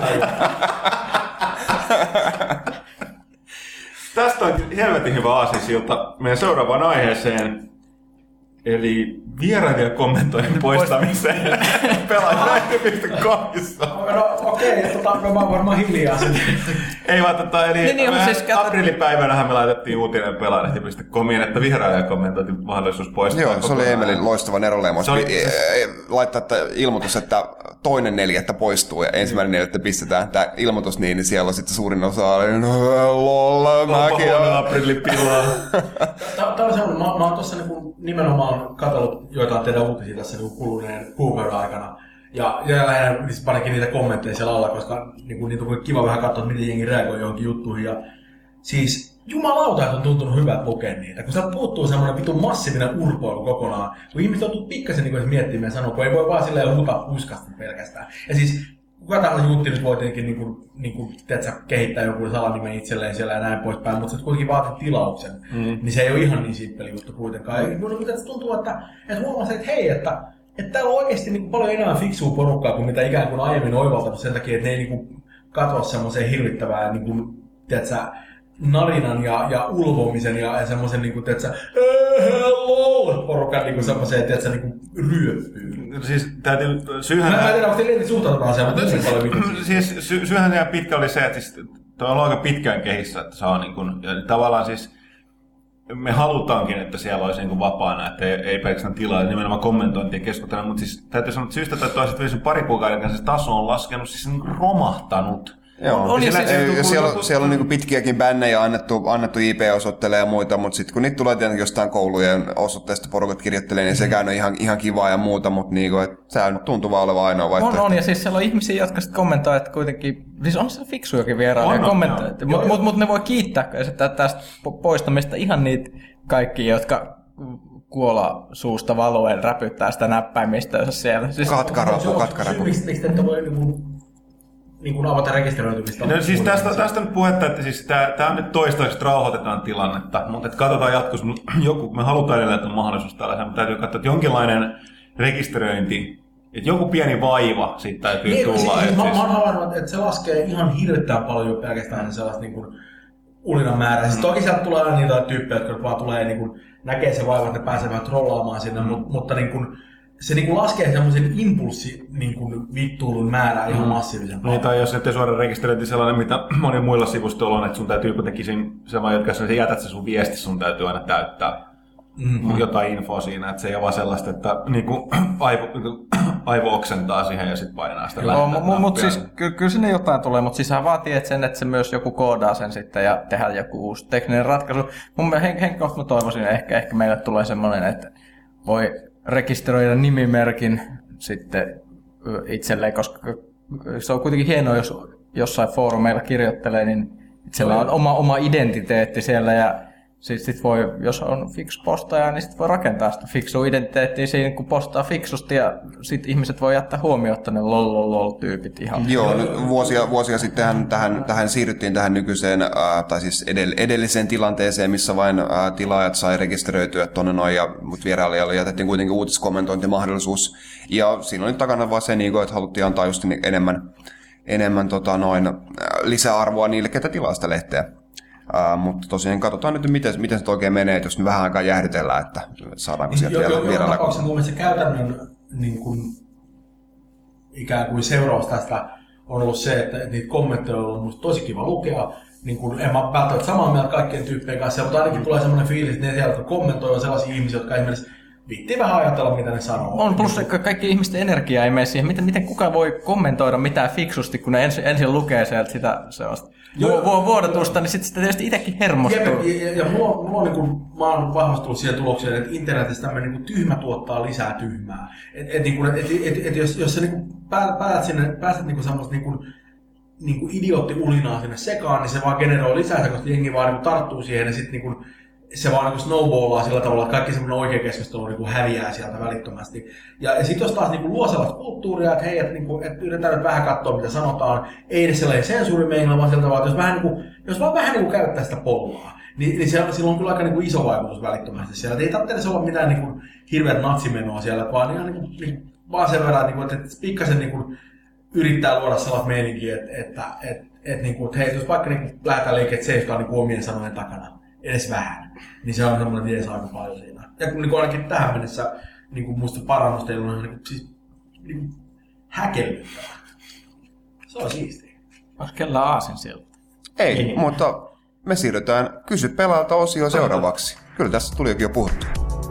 Tästä on helvetin hyvä aasinsilta meidän seuraavaan aiheeseen. Eli vierailija kommentoinnin poistamiseen Pelaajalehti.comissa.
No okei, mä oon varmaan hiljaa sen.
Ei vaan aprillipäivänähän me laitettiin uutinen Pelaajalehti.comiin, että vierailija kommentoinnin mahdollisuus poistaa.
Joo, se oli Emelin loistava neroleimoista. Laittaa ilmoitus, että 2.4. poistuu ja 1.4. pistetään tämä ilmoitus niin siellä on sitten suurin osa mäkin
on aprillipilaa.
Tämä on semmoinen, mä oon tuossa nimenomaan katsellut joitain teidän uutisia tässä kuluneen kuukauden aikana. Ja lähinnä panekin niitä kommentteja siellä alla, koska niitä on kiva vähän katsoa, miten jengi reagoi johonkin juttuihin. Ja siis jumalauta, että on tuntunut hyvät lukea niitä. Kun sieltä puuttuu semmoinen vitun massiivinen urpoilu kokonaan. Kun ihmiset joutuu pikkasen miettimään ja sanoa, kun ei voi vaan silleen huutaa puskasta pelkästään. Ja siis kuka tahansa jutti nyt voi tietenkin kehittää joku salanimen itselleen siellä ja näin poispäin, mutta se kuitenkin vaatii tilauksen. Niin se ei ole ihan niin simppeli juttu kuitenkaan. Ja tuntuu, että huomasin, että hei, että täällä on oikeasti paljon enää fiksua porukkaa kuin mitä ikään kuin aiemmin oivaltanut sen takia, että ne ei katoa semmoiseen hirvittävään narinan ja ulvomisen ja semmoisen hello porukan semmoiseen ryöppyyn.
Siis täytyy syyhän...
Mä en tiedä, onko teille suhtautumaan asiaan, mutta tosi paljon mitään.
Siis syyhän ihan pitkä oli se, että siis toi on aika pitkään kehissä, että saa ja tavallaan siis me halutaankin, että siellä olisi vapaana, että ei pelkästään tilaa ja nimenomaan kommentointia keskustella, mutta siis täytyy sanoa, että syystä tai toisesta viisin pari kuukauden kanssa se taso on laskenut, siis romahtanut.
Joo, siellä on pitkiäkin bännejä annettu IP-osoitteille ja muita, mutta sitten kun niitä tulee tietenkin jostain koulujen osoitteesta porukat kirjoittelee, niin sekään on ihan kivaa ja muuta, mutta sehän tuntuu vaan olevan ainoa vaihtoehto.
On, ja siis siellä on ihmisiä, jotka sitten kommentoivat, että kuitenkin, siis on siellä fiksujakin vierailijoita kommentoita, mutta ne voi kiittää tästä poistamista ihan niitä kaikkia, jotka kuola suusta valuen räpyttää sitä näppäimistöönsä siellä. Siis
katkarapu.
Miksi te voi avata rekisteröitymistä?
No siis tästä nyt puhetta, että siis tämä nyt toistaiseksi rauhoitetaan tilannetta, mutta katsotaan jatkossa. Me halutaan edelleen, että on mahdollisuus tällaisen, mutta täytyy katsoa, että jonkinlainen rekisteröinti, että joku pieni vaiva siitä täytyy tulla.
Mä oon havainnut, että se laskee ihan hirveän paljon pelkästään sellaista ulinan määrää. Siis toki sieltä tulee aina niitä tyyppejä, jotka vaan tulee näkee se vaiva, että ne pääsee vähän trollaamaan sinne, mutta se niinku laskee semmoisen impulssi niinku vittuulun määrää ihan massiivisen paljon.
Niin, tai jos ettei suora rekisteröinti sellainen, mitä moni muilla sivustoilla on, että sun täytyy kuitenkin sama, jotka sä jätät se sun viesti, sun täytyy aina täyttää jotain infoa siinä, että se ei ole vaan sellaista, että niinku aivo oksentaa siihen ja sitten painaa sitä lähtää.
Mutta siis kyllä sinne jotain tulee, mutta siis vaatii että se myös joku koodaa sen sitten ja tehdään joku uusi tekninen ratkaisu. Mun henkilökohtaisesti mä toivoisin, ehkä meille tulee semmoinen, että voi rekisteröidä nimimerkin sitten itselleen, koska se on kuitenkin hienoa, jos jossain foorumeilla kirjoittelee, niin itsellä on oma identiteetti siellä ja sit voi, jos on fiksu postaaja, niin sit voi rakentaa sitä fiksua identiteettiä siinä, kun postaa fiksusti ja sit ihmiset voi jättää huomiotta ne lol-tyypit ihan.
Joo, vuosia sitten tähän siirryttiin tähän nykyiseen, tai siis edelliseen tilanteeseen, missä vain tilaajat sai rekisteröityä tuonne noin, mutta vierailijalle jätettiin kuitenkin uutiskommentointimahdollisuus. Ja siinä oli takana vaan se, että haluttiin antaa just enemmän lisäarvoa niille, ketä tilaa sitä lehteä. Mutta tosiaan katsotaan nyt, miten se oikein menee, jos me vähän aikaa jäähdytellään, että saadaanko sieltä vielä
Joka tapauksessa mun mielestä käytännön niin kuin, ikään kuin seuraus tästä on ollut se, että niitä kommentteja on ollut tosi kiva lukea. Niin kuin, en mä välttämättä samaa mieltä kaikkien tyyppien kanssa, mutta ainakin tulee semmoinen fiilis, että ne siellä, jotka kommentoi, on sellaisia ihmisiä, jotka esimerkiksi viittii vähän ajatella, mitä ne sanoo.
On, plus kaikki ihmisten energiaa ei mene siihen. Miten kukaan voi kommentoida mitään fiksusti, kun ne ensin lukee sieltä sitä sellaista vuodatusta, niin sitten sitä tietysti itsekin hermostuu.
Ja mulla on niin kuin, mä oon vahvasti tullut siihen tulokseen, että internetissä tämmöinen niin tyhmä tuottaa lisää tyhmää. Jos sä niin pääset niin semmoista niin kuin idiootti-ulinaa sinne sekaan, niin se vaan generoi lisää, koska jengi vaan niin tarttuu siihen ja sitten niin se vaan niin snowballaa sillä tavalla, että kaikki semmoinen oikea keskustelu niin häviää sieltä välittömästi. Ja sitten jos taas niin luo sellaista kulttuuria, että hei, että yritetään nyt vähän katsoa, mitä sanotaan, ei edes sellainen sensuurimeillä, vaan sillä tavalla, että jos vaan vähän niin käyttää sitä pollaa, niin sillä on kyllä aika niin iso vaikutus välittömästi siellä. Et ei tarvitse olla mitään niin hirveät natsimenoa siellä, vaan ihan vaan sen verran, että pikkasen niin yrittää luoda sellaista meininkiä, että hei, jos vaikka niin lähdetään liikkeelle, että seiskaan niin omien sanojen takana, edes vähän, niin se on semmoinen ties aika paljon siinä. Ja kun niin ainakin tähän mennessä niin musta parannusta ei ole niin häkellyttävä. Se on siistiä.
Onko kellään aasin sieltä?
Ei, mutta me siirrytään Kysy pelaajalta -osioon seuraavaksi. Kyllä tässä tulikin jo puhuttua.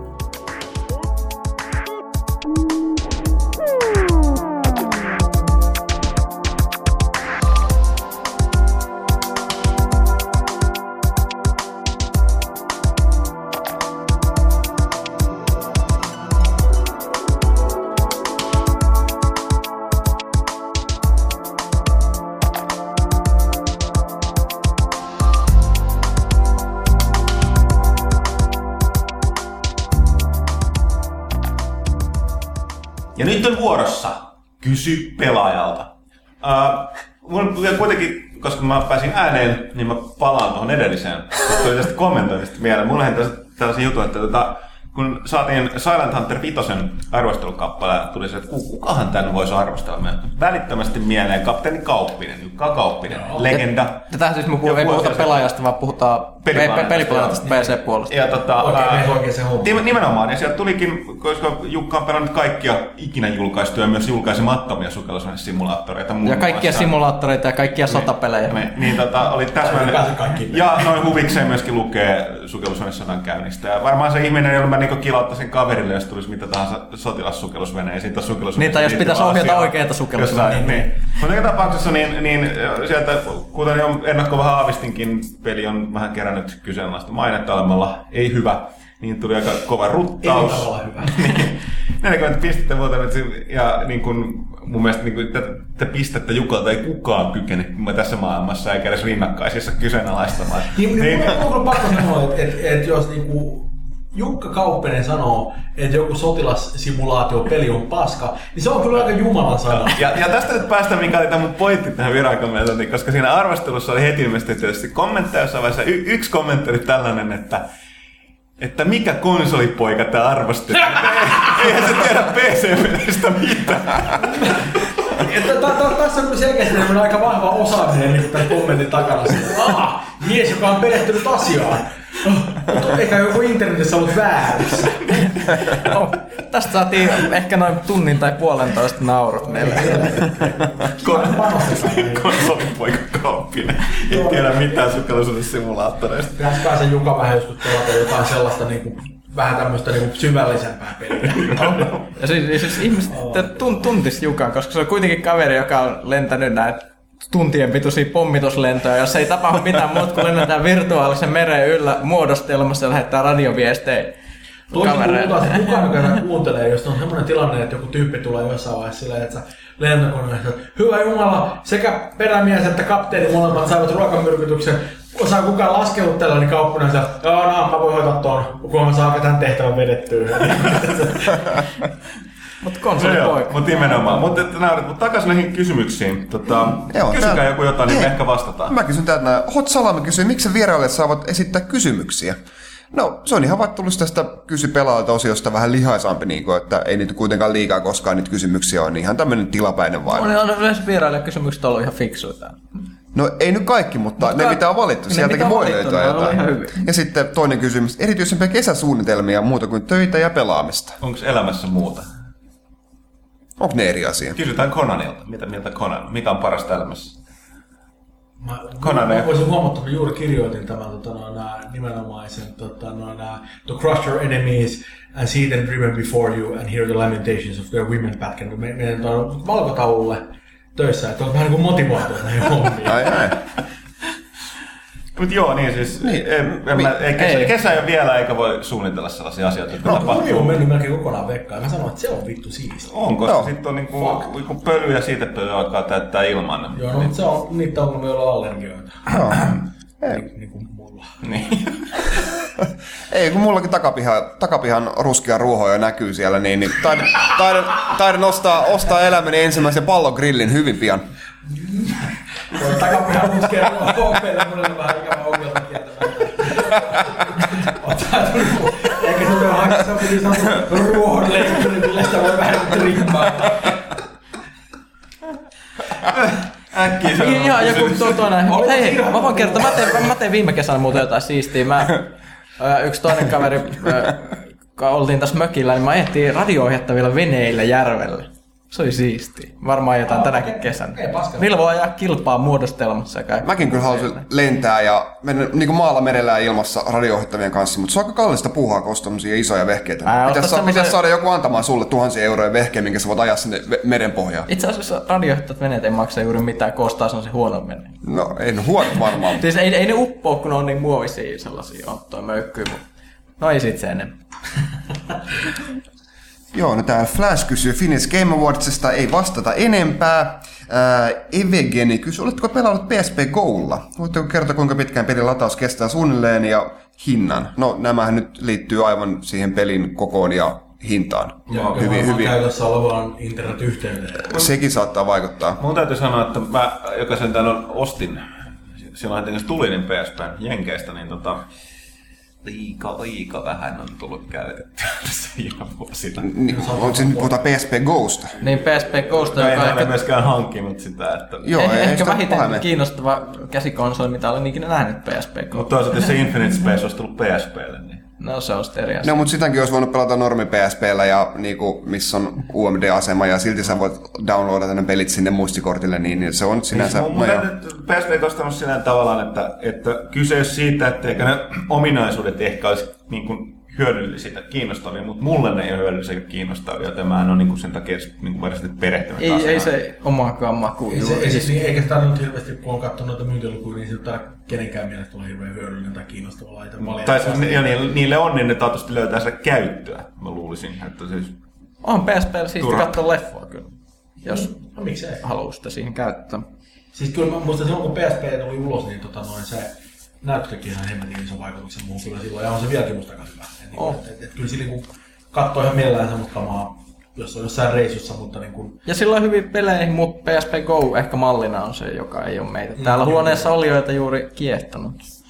Ja nyt on vuorossa Kysy pelaajalta. Kuitenkin, koska mä pääsin ääneen, niin mä palaan tuohon edelliseen. Tuli tästä kommentoinnista mieleen. Mulla on tällaisen jutun, että kun saatiin Silent Hunter 5 arvostelukappaleen, tuli se, että kukahan tämän voisi arvostella. Mä välittömästi mieleen kapteeni Kauppinen, Jukka Kauppinen, legenda.
Tätä siis ei puhuta pelaajasta, vaan puhutaan peliplaneetasta PC-puolesta.
Ja nimenomaan, ja sieltä tulikin, koska Jukka on pelannut kaikkia ikinä julkaistuja, myös julkaisemattomia sukellusvenesimulaattoreita.
Ja kaikkia simulaattoreita ja kaikkia sotapelejä.
Niin oli täsmälleen. Ja noin huvikseen myöskin lukee sukellusvenesodan käynnistä. Ja varmaan se ihminen, jolla mä niinku kilauttaisin kaverille, jos tulisi mitä tahansa sotilassukellusveneisiin tai sukellusveneisiin.
Niin, tai jos pitäisi ohjata oikeita sukellusveneitä.
Niin. Mutta joka tapauksessa, niin sieltä, kuten jo ennakko vähän aavistinkin, peli on vähän kerännyt kyseenalaista mainetta olemalla ei hyvä. Niin tuli aika kova ruttaus.
Ei tavallaan hyvä.
40 pistettä vuotanut, ja niin kun, mun mielestä niin tätä pistettä Jukalta ei kukaan kykene tässä maailmassa, eikä edes rinnakkaisissa kyseenalaistamaan.
Niin, on pakko sanoa, että jos niinku Jukka Kauppinen sanoo, että joku sotilassimulaatiopeli on paska, niin se on kyllä aika jumalan sana.
Ja tästä nyt päästään, mikä oli tämä mun pointti tähän virakomeetodiin, koska siinä arvostelussa oli heti ilmeisesti tietysti kommentteja jossain vaiheessa. Yksi kommentti oli tällainen, että mikä konsolipoika tää arvosteli. Eihän se tiedä PC-pelistä mitään.
Tässä on selkeästi aika vahva osaaminen niin tämän kommentin takana. Mies, joka on perehtynyt asiaan. Eikä joku internetissä ollut väärässä.
No, tästä saatiin ehkä noin tunnin tai puolentoista naurut meille.
Konsolipoika Kauppinen. Ei tiedä mitään sukellussimulaattoreista.
Pitäisikö se Juka vähän joskus pelata jotain sellaista niinku, vähän tämmöistä niinku syvällisempää peliä?
Ja siis ihmiset tuntis Jukan, koska se on kuitenkin kaveri, joka on lentänyt näitä tuntien pituisia pommituslentoja, jos ei tapahdu mitään muuta kuin lennetään virtuaalisen meren yllä muodostelmassa ja lähettää radioviestejä kavereille.
Kukaan joka kuuntelee, jos on semmoinen tilanne, että joku tyyppi tulee jossain vaiheessa silleen, että lentokoneessa, hyvä Jumala, sekä perämies että kapteeni molemmat saivat ruokamyrkytyksen. Osaa kukaan laskeutella, niin Kauppinen sanoo, että mä voin hoitaa tuon, kun mä saan tämän tehtävän vedettyä.
Mutta konsolipoika.
Mutta nimenomaan. Mutta takaisin näihin kysymyksiin. Kysykää joku jotain, niin me ehkä vastataan.
Mä kysyn täältä, Hot Salami kysyy, miksi vierailijat saavat esittää kysymyksiä? No, se on ihan vaan tullut tästä kysy pelaajalta osiosta vähän lihaisampi, niin kuin, että ei niitä kuitenkaan liikaa koskaan niitä kysymyksiä on, niin ihan tämmöinen tilapäinen vain.
On yleensä vierailijakysymykset ollut ihan fiksuita.
No ei nyt kaikki, mutta ne mitä on valittu, sieltäkin voi löytää jotain. Ja sitten toinen kysymys, erityisempiä kesäsuunnitelmia muuta kuin töitä ja pelaamista.
Onko elämässä muuta?
Onko ne eri asia?
Kysytään Conanilta. Mitä mieltä Conan? Mikä on parasta elämässä?
Mä voisin huomata, että juuri kirjoitin tämän nimenomaisen To crush your enemies and see them driven before you and hear the lamentations of their women pätkän. Menen valkotaululle töissä, että on vähän niin kuin motivaatio näihin hommiin.
Ai.
Mutta joo, niin siis kesä ei ole vielä eikä voi suunnitella sellaisia asioita, jotka tapahtuu.
No, on mennyt melkein kokonaan vekkaan. Mä sanoin, että se on vittu siistiä.
On, koska sitten on niinku pöly ja siitepöly alkaa täyttää ilman.
Joo, no, mutta se on niitä ongelmia, joilla on allergioita. Niin kuin mulla.
Niin.
Ei, kun mullakin takapihan ruskea ruohoja näkyy siellä, niin taidan ostaa elämäni ensimmäisen pallogrillin hyvin pian.
Takapihan ruskea ruohoja, mulla on vähän ikävä ongelma eikä se ole hankassa ruohon leikkuri, millä sitä voi vähän trimmaa.
Äkkiä se on.
Ihan joku näin. Hei, mä voin kertoa, mä tein viime kesänä muuten jotain siistiä. Yksi toinen kaveri, kun oltiin tässä mökillä, niin mä ajettiin radio-ohjattavilla veneillä järvelle. Se oli siistiä. Varmaan jotain tänäkin kesänä. Millä voi ajaa kilpaa muodostelmassa ja kaikkea.
Mäkin kyllä haluaisin lentää ja mennä niin kuin maalla, merellä ja ilmassa radio-ohjattavien kanssa, mutta se on aika kallista puuhaa, kun on tommosia isoja vehkeitä. Pitäisi saada joku antamaan sulle 1000 euroja vehkeä, minkä sä voit ajaa sinne meren pohjaan.
Itse asiassa radio-ohjattavat veneet ei maksa juuri mitään, koostaa sellaisen huonon veneen.
No, ei ne huonot varmaan.
Siis ei ne uppoo, kun ne on niin muovisia sellaisia, on toi möykkyy, mutta no ei sit se enemmän.
Joo, no täällä Flash kysyy Finnish Game Awardsista, ei vastata enempää. Evegeni kysyy, oletteko pelannut PSP Golla? Voitteko kertoa, kuinka pitkään pelin lataus kestää suunnilleen ja hinnan? No, nämähän nyt liittyy aivan siihen pelin kokoon ja hintaan.
Ja hyvin käytössä olevaan internet-yhteyteen.
Sekin saattaa vaikuttaa.
Mun täytyy sanoa, että mä, joka sen täällä ostin, silloin heti tuli niin PSPn Jenkeistä, niin liika vähän on tullut käytettyä tässä viime vuosina.
Onko se nyt puhutaan PSP Gosta?
Niin PSP Gosta,
joka
joka
ei myöskään hankkinut sitä. Että
joo,
ehkä vähiten kiinnostava käsikonsoli, mitä olen ikinä nähnyt PSP Go.
Mutta toisaalta se Infinite Space olisi tullut PSPlle. Niin.
No se on sitten eri asia.
No, mutta sitäkin olisi voinut pelata normi PSPllä, ja niinku, missä on UMD-asema, ja silti sä voit downloadata ne pelit sinne muistikortille, niin se on sinänsä...
PSP on sinä tavallaan, että kyse siitä, etteikö ne ominaisuudet ehkä olisi niin kuin hyödyllisiä kiinnostavia, mutta mulle ne ei ole hyödyllisiä kiinnostavia, joten mä en ole niin sen takia niin varsinaisesti perehtynyt asiaan.
Ei se omaakaan makuun.
Eikä sitä nyt hirveästi, kun on katsonut noita myyntilukuja, niin se ei kenenkään mielestä tulee hirveän hyödyllinen tai kiinnostava laite.
Tai niille on, niin ne taatusti löytää sitä käyttöä, mä luulisin. Että siis
on PSP:llä siisti katsoa leffoa kyllä, jos
no, miksei
haluaa sitä siihen käyttää.
Siis kyllä mä muistan silloin, kun PSP tuli ulos, niin se näyttökin ihan hemmetin iso vaikutuksen muuhun kyllä silloin, ja on se vieläkin musta hyvä. Kyllä sillä niin katsoo ihan mielellään semmoista kamaa, jos on jossain reissussa, mutta niin kuin... Ja
sillä on hyviä pelejä, mutta PSP Go ehkä mallina on se, joka ei ole meitä. Täällä huoneessa olijoita juuri kiehtonut.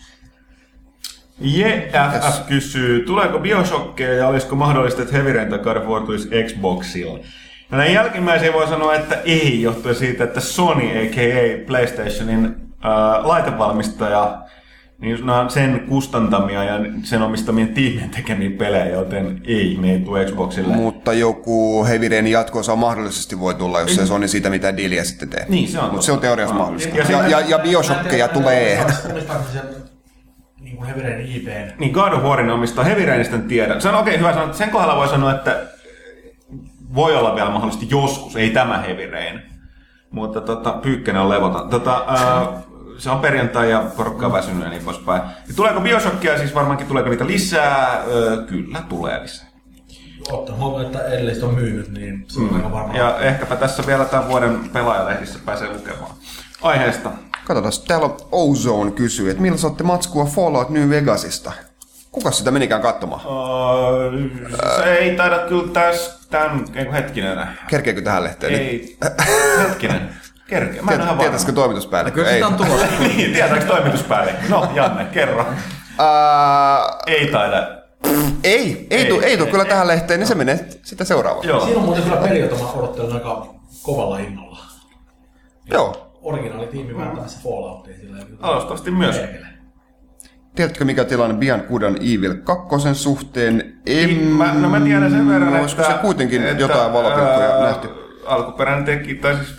JFF kysyy, tuleeko Bioshockia ja olisiko mahdollista, että Heavy Rain vuotuisi Xboxilla? Ja näin jälkimmäisiä voi sanoa, että ei, johtuen siitä, että Sony, a.k.a. PlayStationin laitevalmistaja, niin nämä on sen kustantamia ja sen omistamien tiimien tekemiä pelejä, joten ne ei tule Xboxille.
Mutta joku Heavy Rainin jatko-osa mahdollisesti voi tulla, jos se Sony siitä mitään dealia sitten tee.
Niin, se on.
Mutta se on teoriassa mahdollista. Ja Bioshockeja tulee.
Niin kuin Heavy Rainin IPn.
Niin, God of Warin omistaa Heavy Rainista tiedä. Se on okei, hyvä sanoa. Sen kohdalla voi sanoa, että voi olla vielä mahdollisesti joskus, ei tämä Heavy Rain. Mutta Pyykkönen on levoton. Se on perjantai ja porukka on väsynyt ja niin poispäin. Ja tuleeko Bioshockia, siis varmaankin tuleeko niitä lisää? Kyllä tulee lisää.
Ottaa huomioon, että edelleen on myynyt, niin se on aika varmaan.
Ja ehkäpä tässä vielä tämän vuoden pelaajalehdissä pääsee lukemaan aiheesta.
Katsotaan, täällä Ozone kysyy, että milloin saatte matskua Fallout New Vegasista? Kukas sitä menikään katsomaan?
Se ei taida kyllä tämän hetkinen.
Kerkeekö tähän lehteen?
Ei, hetkinen. Kerkeä. Mä en ihan varma.
Tietäisikö toimituspäällikkö?
Kyllä sitä on tulossa.
Niin, tietääkö toimituspäällikkö? No, Janne, kerro. Ei taida.
Ei tule kyllä tähän lehteen, niin se menee sitä seuraavaan.
Joo.
Siinä on muuten kyllä peli, jota mä odottelen aika kovalla innolla.
Joo.
Originaali-tiimi vääntämässä Falloutia.
Alustavasti myös.
Tiedätkö mikä tilanne Beyond Good and Evil 2 suhteen?
Mä tiedän sen verran, että...
Olisiko se kuitenkin jotain valopilkkuja nähty?
Alkuperäinen teki, tai siis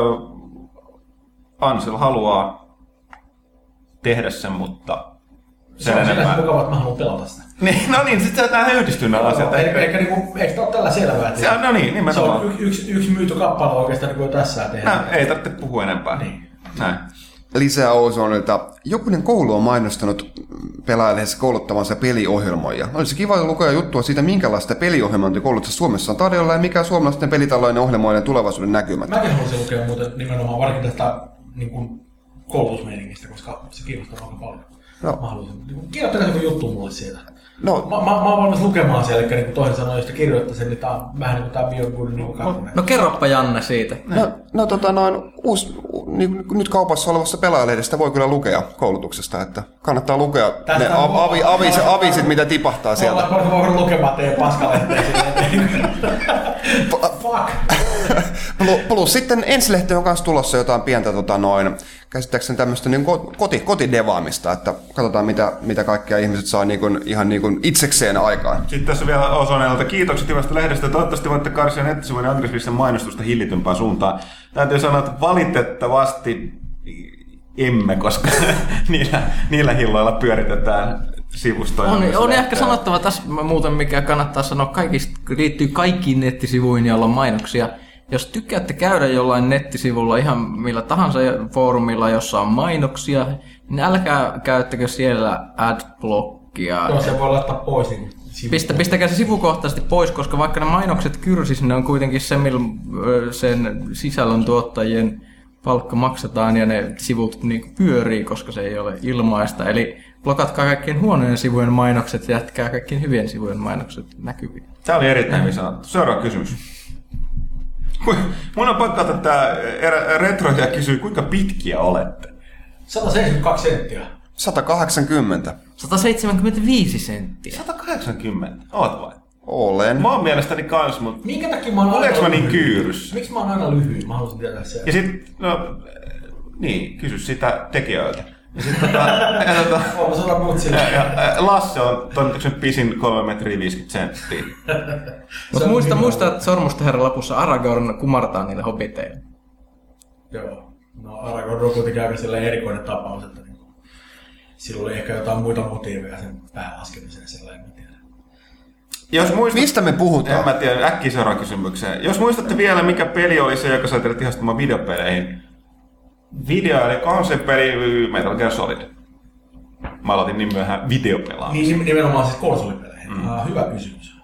Ansel haluaa tehdä sen, mutta...
Se on sinänsä mukavaa, että mä haluan pelata sitä.
Niin, no niin, sit se on tähän yhdistynyt nämä asiat.
Eikö tää ole tällä selvää?
No niin, nimenomaan.
Se on yksi myyty kappale oikeastaan, niin kuin tässä tehdään.
Ei tarvitse puhua enempää.
Niin.
Näin.
Lisää Ozonelta. Jokunen koulu on mainostanut pelaajalehdissä kouluttamansa peliohjelmoja. Olisi kiva lukea juttua siitä, minkälaista peliohjelmointia koulutuksessa Suomessa on tarjolla ja mikä on suomalaisten pelitalojen ohjelmoiden tulevaisuuden näkymät.
Mäkin haluaisin lukea muuten nimenomaan varsinkin tästä niin kuin koulutusmeiningistä, koska se kiinnostaa aika paljon.
No.
Mä haluaisin. Kirjoittakaa joku juttu mulle siitä.
No.
Mä oon valmis lukemaan siellä, eli niin kuin toisin sanoen, jos te kirjoittaisiin, niin tää on vähän niin kuin tää Beyond Good niin kuin
No kerroppa Janne siitä.
Nyt kaupassa olevassa pelaajalehdestä voi kyllä lukea koulutuksesta, että kannattaa lukea ne avisit, mitä tipahtaa sieltä.
Mä voin lukemaan teidän paskalehteen Fuck!
Plus sitten ensilehteen on kanssa tulossa jotain pientä käsittääkseni tämmöistä niin kotidevaamista, että katsotaan mitä kaikkia ihmiset saa ihan itsekseen aikaan.
Sitten tässä vielä Ozonelta kiitokset hyvästä lehdestä. Toivottavasti voitte karsia nettisivujen aggressiivisen mainostusta hillitympään suuntaan. Täytyy sanoa, että valitettavasti emme, koska niillä hilloilla pyöritetään sivustoja.
On ehkä sanottava tässä muuten, mikä kannattaa sanoa, liittyy kaikkiin nettisivuihin, joilla on mainoksia. Jos tykkäätte käydä jollain nettisivulla ihan millä tahansa foorumilla, jossa on mainoksia, niin älkää käyttäkö siellä adblockia.
Joo, se voi laittaa pois.
Pistäkää se sivukohtaisesti pois, koska vaikka ne mainokset kyrsis, ne on kuitenkin se, millä sen sisällön tuottajien palkka maksetaan ja ne sivut niin pyörii, koska se ei ole ilmaista. Eli blokatkaa kaikkien huonojen sivujen mainokset ja jätkää kaikkien hyvien sivujen mainokset näkyviin.
Tämä oli erittäin hyvin sanottu. Seuraava kysymys. Mun on pakko ottaa tää retro ja kysyä, kuinka pitkiä olette?
172 senttiä.
180.
175 senttiä.
180? Oot vai?
Olen.
Mä oon mielestäni kans, mutta...
Minkä takia mä oon
Oleks
aina
mä niin
lyhyin?
kyyrys?
Miksi mä oon aina lyhyin? Mä haluaisin tietää se.
Ja sit, kysy sitä tekijöiltä. Ja sit
Mä sanon muut sille.
Lasse on toimituksen pisin 3 metriä 50 senttiä.
Mutta muista, että Sormusten herran lopussa Aragorn kumartaa niille hobbiteille.
Joo. No Aragorn on kuitenkin aika sellainen erikoinen tapaus, että sillä oli ehkä jotain muita motiiveja sen päälaskemiseen sellainen, en tiedä.
Mistä me puhutaan?
En mä tiedä, äkkiä seuraava kysymykseen. Jos muistatte vielä, mikä peli oli se, joka sai teidät ihastumaan videopeleihin. Video eli konsepeli Metal Gear Solid. Mä aloitin niin myöhään videopelaamista.
Niin nimenomaan siis konsolipeleihin. Hyvä kysymys.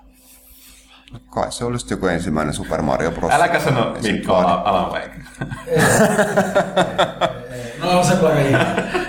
Kai se olisi joku ensimmäinen Super Mario Bros.
Äläkä sano Mikko Alan Wake.
No se on aika ihana.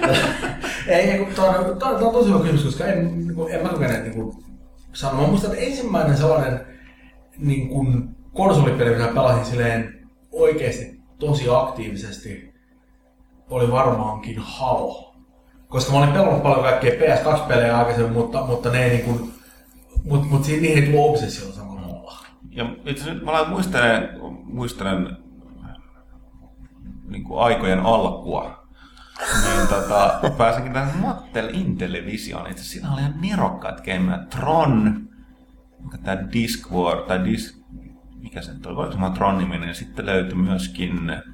Tämä on tosi hyvä kysymys, koska en mä kokeneet sanoa. Mä muistan, että ensimmäinen sellainen konsolipeli, mitä pelasin silleen oikeasti tosi aktiivisesti, oli varmaankin Halo. Koska mä olin pelannut paljon kaikkea PS2-pelejä aikaisemmin, mutta ne ei niihin ei tullut obsessiolla samalla tavalla.
Ja itse asiassa mä muistelen aikojen alkua. niin pääsinkin tähän Mattel Intellivisioon. Itse asiassa siinä oli ihan nerokkaat gameja. Tron, tämä Disc War, tai mikä se nyt oli, voiko se Tron-niminen, ja sitten löytyi myöskin,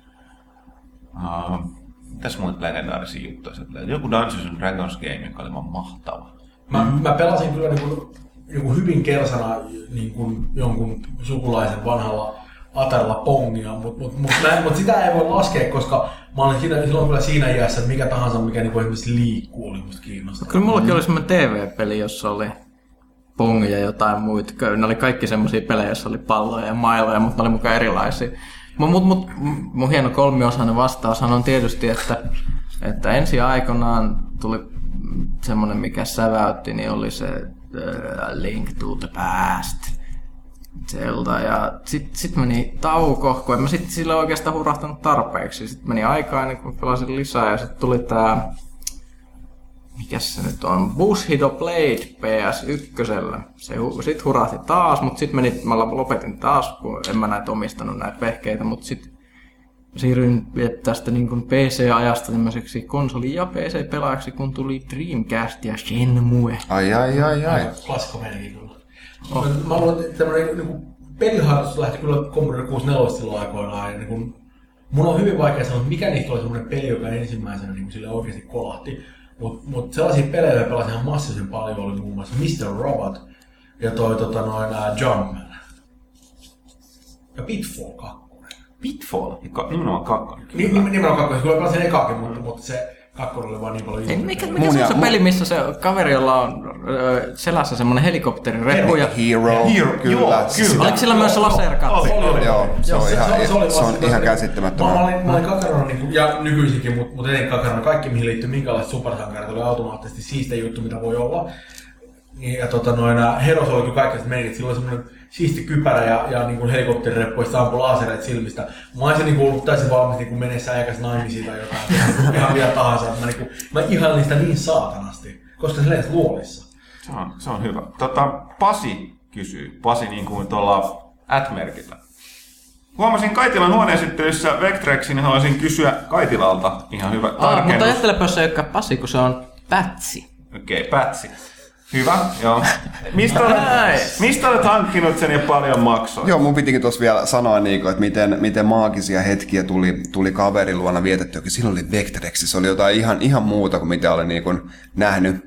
mitäs muita legendaarisia juttuja sieltä löytyi? Joku Dungeons and Dragons game, joka oli vaan mahtava.
Mä pelasin kyllä niin hyvin kersana niin jonkun sukulaisen vanhalla Atarilla Pongia, mutta sitä ei voi laskea, koska mä olin silloin kyllä siinä iässä, että mikä tahansa, mikä niin esimerkiksi liikkuu, oli musta kiinnostavaa.
Kyllä mullakin oli semmoinen TV-peli, jossa oli Pong ja jotain muita. Ne oli kaikki semmoisia pelejä, joissa oli palloja ja mailoja, mutta ne oli mukaan erilaisia. Mun hieno kolmiosainen vastaushan on tietysti, että ensi aikanaan tuli semmoinen, mikä säväytti, niin oli se Link to the Past. Zelda, ja sit meni tauko, kun en mä sit sillä oikeastaan hurahtanut tarpeeksi. Sitten meni aikaa ennen kuin pelasin lisää, ja sitten tuli tää, mikäs se nyt on, Bushido Blade PS1. Sit hurahti taas, mutta sit mä lopetin taas, kun en mä näitä omistanut näitä vehkeitä, mutta sit siirryin tästä niin kuin PC-ajasta tämmöiseksi konsoli- ja PC-pelaajaksi, kun tuli Dreamcast ja Shenmue.
Ai.
Klassikko menikin kyllä. Mä luulen, että tämmöinen niin peliharrastus lähti kyllä Commodore 64 silloin aikoinaan. Ja niin mun on hyvin vaikea sanoa, mikä niistä oli semmoinen peli, joka ensimmäisenä niin sille oikeasti kolahti. Mutta sellaisia pelejä, joita pelasin ihan massiivisen paljon, oli muun muassa Mr. Robot ja Jumpman. Ja Pitfall 2.
Pitfall? Nimenomaan 2.
Nimenomaan 2, kyllä pelasin ekaakin, mutta se 2 oli vaan niin paljon
Mikä se on se peli, missä se kaveri, jolla on selässä semmoinen helikopterireppu ja...
Hero, kyllä.
Oliko sillä myös laserkatsi?
Joo, se on ihan käsittämättömän.
Mä olin kakarona, ja nykyisinkin, mutta ennen kakarona, kaikki mihin liittyy minkälaiset supersankarit oli automaattisesti siiste juttu, mitä voi olla. Ja Heros oli kyllä kaikki, että meni, sillä oli semmoinen siisti kypärä ja niin helikopterireppu, ja ampui laasereita silmistä. Mä olisin niin ollut täysin valmis niin menessä äikäs naimisiin tai jotain, ihan vielä tahansa. Mä ihailin sitä niin saatanasti, koska se lensi luolissa.
Se on hyvä. Pasi kysyy. Pasi niin kuin tuolla @merkillä. Huomasin Kaitilan huoneesittelyssä Vectrexin, niin haluaisin kysyä Kaitilalta ihan hyvä tarkennus.
Mutta ajattelepa, jos se ei olekaan Pasi, kun se on Pätsi.
Okei, Pätsi. Hyvä, joo. Mistä olet hankkinut sen ja paljon maksoi?
Joo, mun pitikin tuossa vielä sanoa, että miten maagisia hetkiä tuli kaverin luona vietettyä. Silloin oli Vectrex, se oli jotain ihan muuta kuin mitä olen nähnyt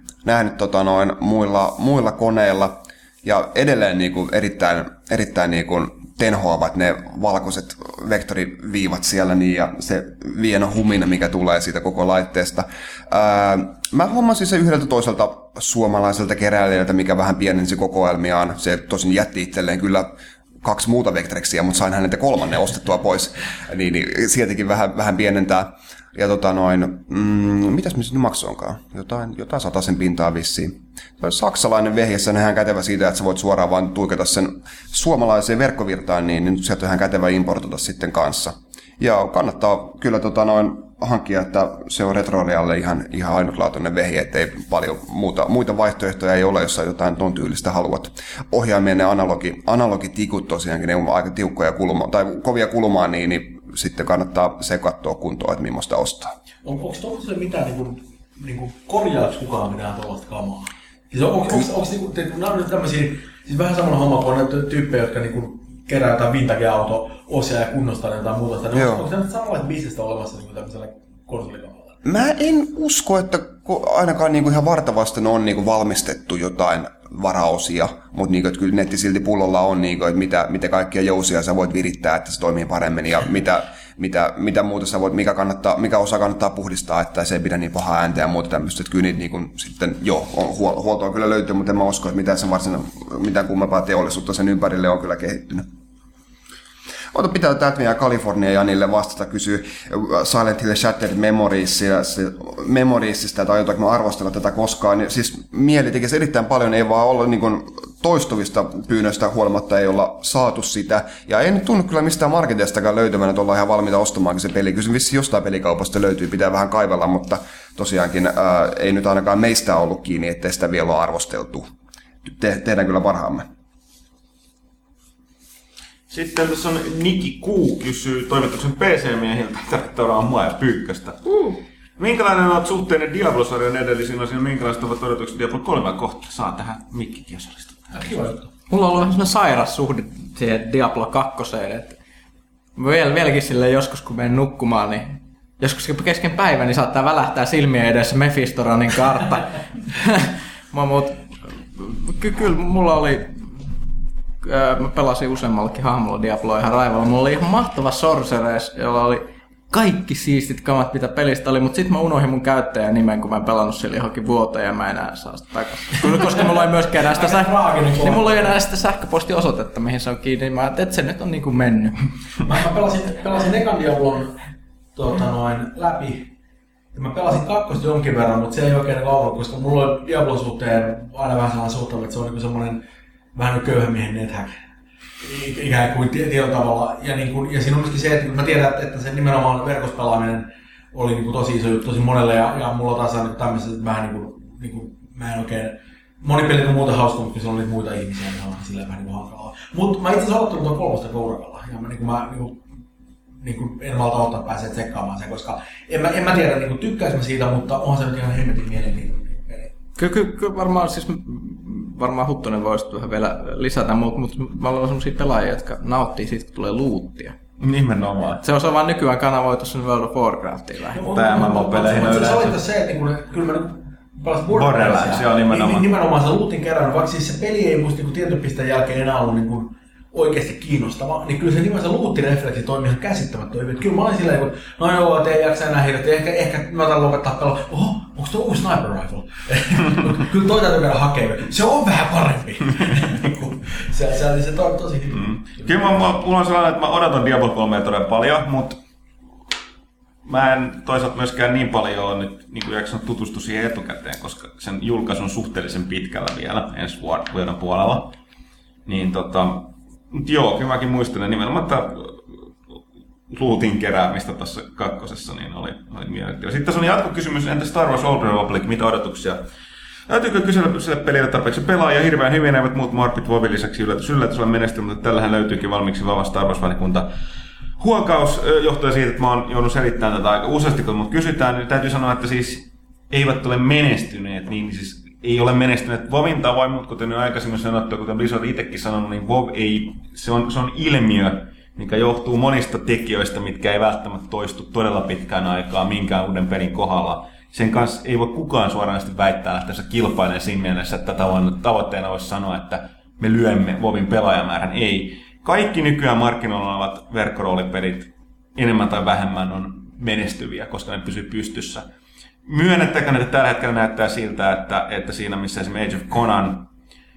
muilla koneilla. Ja edelleen erittäin tenhoavat ne valkoiset vektoriviivat siellä niin, ja se vieno humina, mikä tulee siitä koko laitteesta. Mä hommasin se yhdeltä toiselta suomalaiselta keräilijältä, mikä vähän pienensi kokoelmiaan. Se tosin jätti itselleen kyllä 2 muuta Vectrexia, mutta sain häneltä 3 ostettua pois. Niin sieltäkin vähän pienentää. Ja mitäs me sitten maksoinkaan? Jotain 100 pintaa vissiin. Saksalainen vehjessä on ihan kätevä siitä, että sä voit suoraan vaan tuikata sen suomalaiseen verkkovirtaan, niin sieltä on ihan kätevä importata sitten kanssa. Ja kannattaa kyllä hankkia, että se on Retrorealle ihan ainutlaatuinen vehje, ettei paljon muita vaihtoehtoja ei ole, jos sä jotain ton tyylistä haluat. Ohjaimien ne analogitikut tosiaankin, ne on aika tiukkoja kovia kulmaan, niin sitten kannattaa se katsoa kuntoon, että millaista ostaa.
Onko tuollaiselle mitään korjaaks kukaan mitään tuollaista kamaa? Siis onko nämä nyt tämmöisiä, siis vähän samalla homma kuin näitä tyyppejä, jotka kerää jotain vintage-auto-osia ja kunnostaa jotain muuta. Onko tämä samanlaista bisnestä olemassa tämmöisellä konsolikamalla?
Mä en usko, että ainakaan ihan vartavasten on valmistettu jotain varaosia, mutta että kyllä netti pullolla on, että mitä kaikkia jousia sä voit virittää, että se toimii paremmin ja mitä muuta sä voit, mikä osa kannattaa puhdistaa, että se ei pidä niin pahaa ääntä ja muuta tämmöistä. Että kyllä niitä sitten huoltoa kyllä löytyy, mutta en mä usko, että mitään kummempaa teollisuutta sen ympärille on kyllä kehittynyt. Pitää täältä vielä California Janille vastata, kysyy Silent Hill Shattered Memoriesista, että aiotaanko me arvostella tätä koskaan. Niin, siis mieli tekisi erittäin paljon, ei vaan olla toistuvista pyynnöistä huolimatta ei olla saatu sitä. Ja ei nyt tunnu kyllä mistään marketistakaan löytämään, että ollaan ihan valmiita ostamaankin se peli. Kyllä vissi jostain pelikaupasta löytyy, pitää vähän kaivella, mutta tosiaankin ei nyt ainakaan meistä ollut kiinni, ettei sitä vielä ole arvosteltu. Tehdään kyllä parhaamme.
Sitten tässä on Niki Kuu kysyy toimituksen PC-miehiltä, tarkoittaa mua ja Pyykköstä. Minkälainen olet suhteellinen Diablo-sarjan edellisiin asioihin? Millaiset ovat odotukset Diablo 3 kohtaan? Saa tähän mikkikin osallistua.
Mulla on ollut vähän semmoinen sairas suhde siihen Diablo 2. Että vieläkin silleen joskus kun menen nukkumaan, niin joskus kesken päivän niin saattaa välähtää silmien edessä Mephistoranin kartta. Kyllä mulla oli, mä pelasin useammallakin hahmolla Diabloa ihan raivalla. Mulla oli ihan mahtava Sorceress, jolla oli kaikki siistit kamat, mitä pelistä oli, mutta sitten mä unohdin mun käyttäjän nimen, kun mä en pelannut sillä johonkin vuoteen ja mä enää saa sitä takaisin. Koska mulla ei myöskään enää sitä, niin mulla ei enää sitä sähköpostiosoitetta, mihin se on kiinni, niin mä ajattelin, että se nyt on niinku mennyt.
Mä pelasin ekan Diablon läpi. Ja mä pelasin kakkosta jonkin verran, mutta se ei oikein ollut, koska mulla on Diablon suhteen aina vähän sellainen suhteen, että se on niinku semmonen vähän kuin miehen NetHack. Ikään kuin tietyllä tavalla. Ja siinä on myöskin se, että mä tiedän, että se nimenomaan verkospelaaminen oli niin kuin tosi iso juttu tosi monelle. Ja mulla taas on tämmöiset vähän niin kuin mä en oikein... Moni pelit on muuta hauskaa, mutta siellä on niitä muita ihmisiä, niin on silleen vähän niin kuin hankalaa. Mutta mä itse asiassa aloittanut tuon 3 Kourakalla. Ja mä en malta ottaa pääsee tsekkaamaan sen, koska en mä tiedä niin tykkäis mä siitä, mutta onhan se nyt ihan hemmetin mielenkiintoinen peli.
Kyllä varmaan Huttunen voisi vähän vielä lisätä, mutta mä olen sellaisia pelaajia, jotka nauttii siitä, kun tulee loottia.
Nimenomaan.
Se on vaan nykyään kanavoitu sen World of Warcraftiin lähinnä.
Tai MMO-peleihin yleensä.
Mutta se se, että kyllä mä pelasin
Borderlands, joo nimenomaan.
Nimenomaan se lootin kerran, vaikka siis se peli ei musta tietyn pisteen jälkeen enää ollut niin oikeasti kiinnostava, niin kyllä se nimensä luuttirefleksi toimii ihan käsittämättömän hyvin. Kyllä mä olin silleen, että no joo, te ei jaksa enää hirveästi, ehkä mä otan lopettaa pelaa. Oho, onko tuo uusi sniper rifle? Kyllä toi täytyy käydä hakemaan. Se on vähän parempi. se toimi tosi hyvin.
Kyllä mulla on sellainen, että mä odotan Diablo 3 todella paljon, mutta mä en toisaalta myöskään niin paljon ole nyt niin jaksanut tutustua siihen etukäteen, koska sen julkaisu on suhteellisen pitkällä vielä ensi vuoden puolella. Niin joo, kyllä mäkin muistelen nimenomaan, että lootin keräämistä tuossa kakkosessa niin oli mielenkiintoista. Sitten tässä on jatkokysymys, entä Star Wars Old Republic, mitä odotuksia? Täytyykö kysellä sille pelille tarpeeksi pelaajia? Hirveän hyvin eivät muut Morbid Wobin lisäksi yllätys on menestynyt, mutta tällähän löytyykin valmiiksi vahva Star Wars-valikunta. Huokaus johtuen siitä, että mä oon joudun selittämään tätä aika useasti, kun mut kysytään, niin täytyy sanoa, että siis eivät ole menestyneet, niin siis ei ole menestyneet WoWin tavoin, mutta kuten jo aikaisemmin sanottu, kuten Blizzard itsekin sanonut, niin WoW ei, se on ilmiö, mikä johtuu monista tekijöistä, mitkä ei välttämättä toistu todella pitkään aikaa minkään uuden pelin kohdalla. Sen kanssa ei voi kukaan suoranaisesti väittää lähteessä kilpailemaan siinä mielessä, että tavoitteena voisi sanoa, että me lyömme WoWin pelaajamäärän. Ei. Kaikki nykyään markkinoilla olevat verkkoroolipelit enemmän tai vähemmän on menestyviä, koska ne pysyy pystyssä. Myönnettäkään, että tällä hetkellä näyttää siltä, että siinä missä esimerkiksi Age of Conan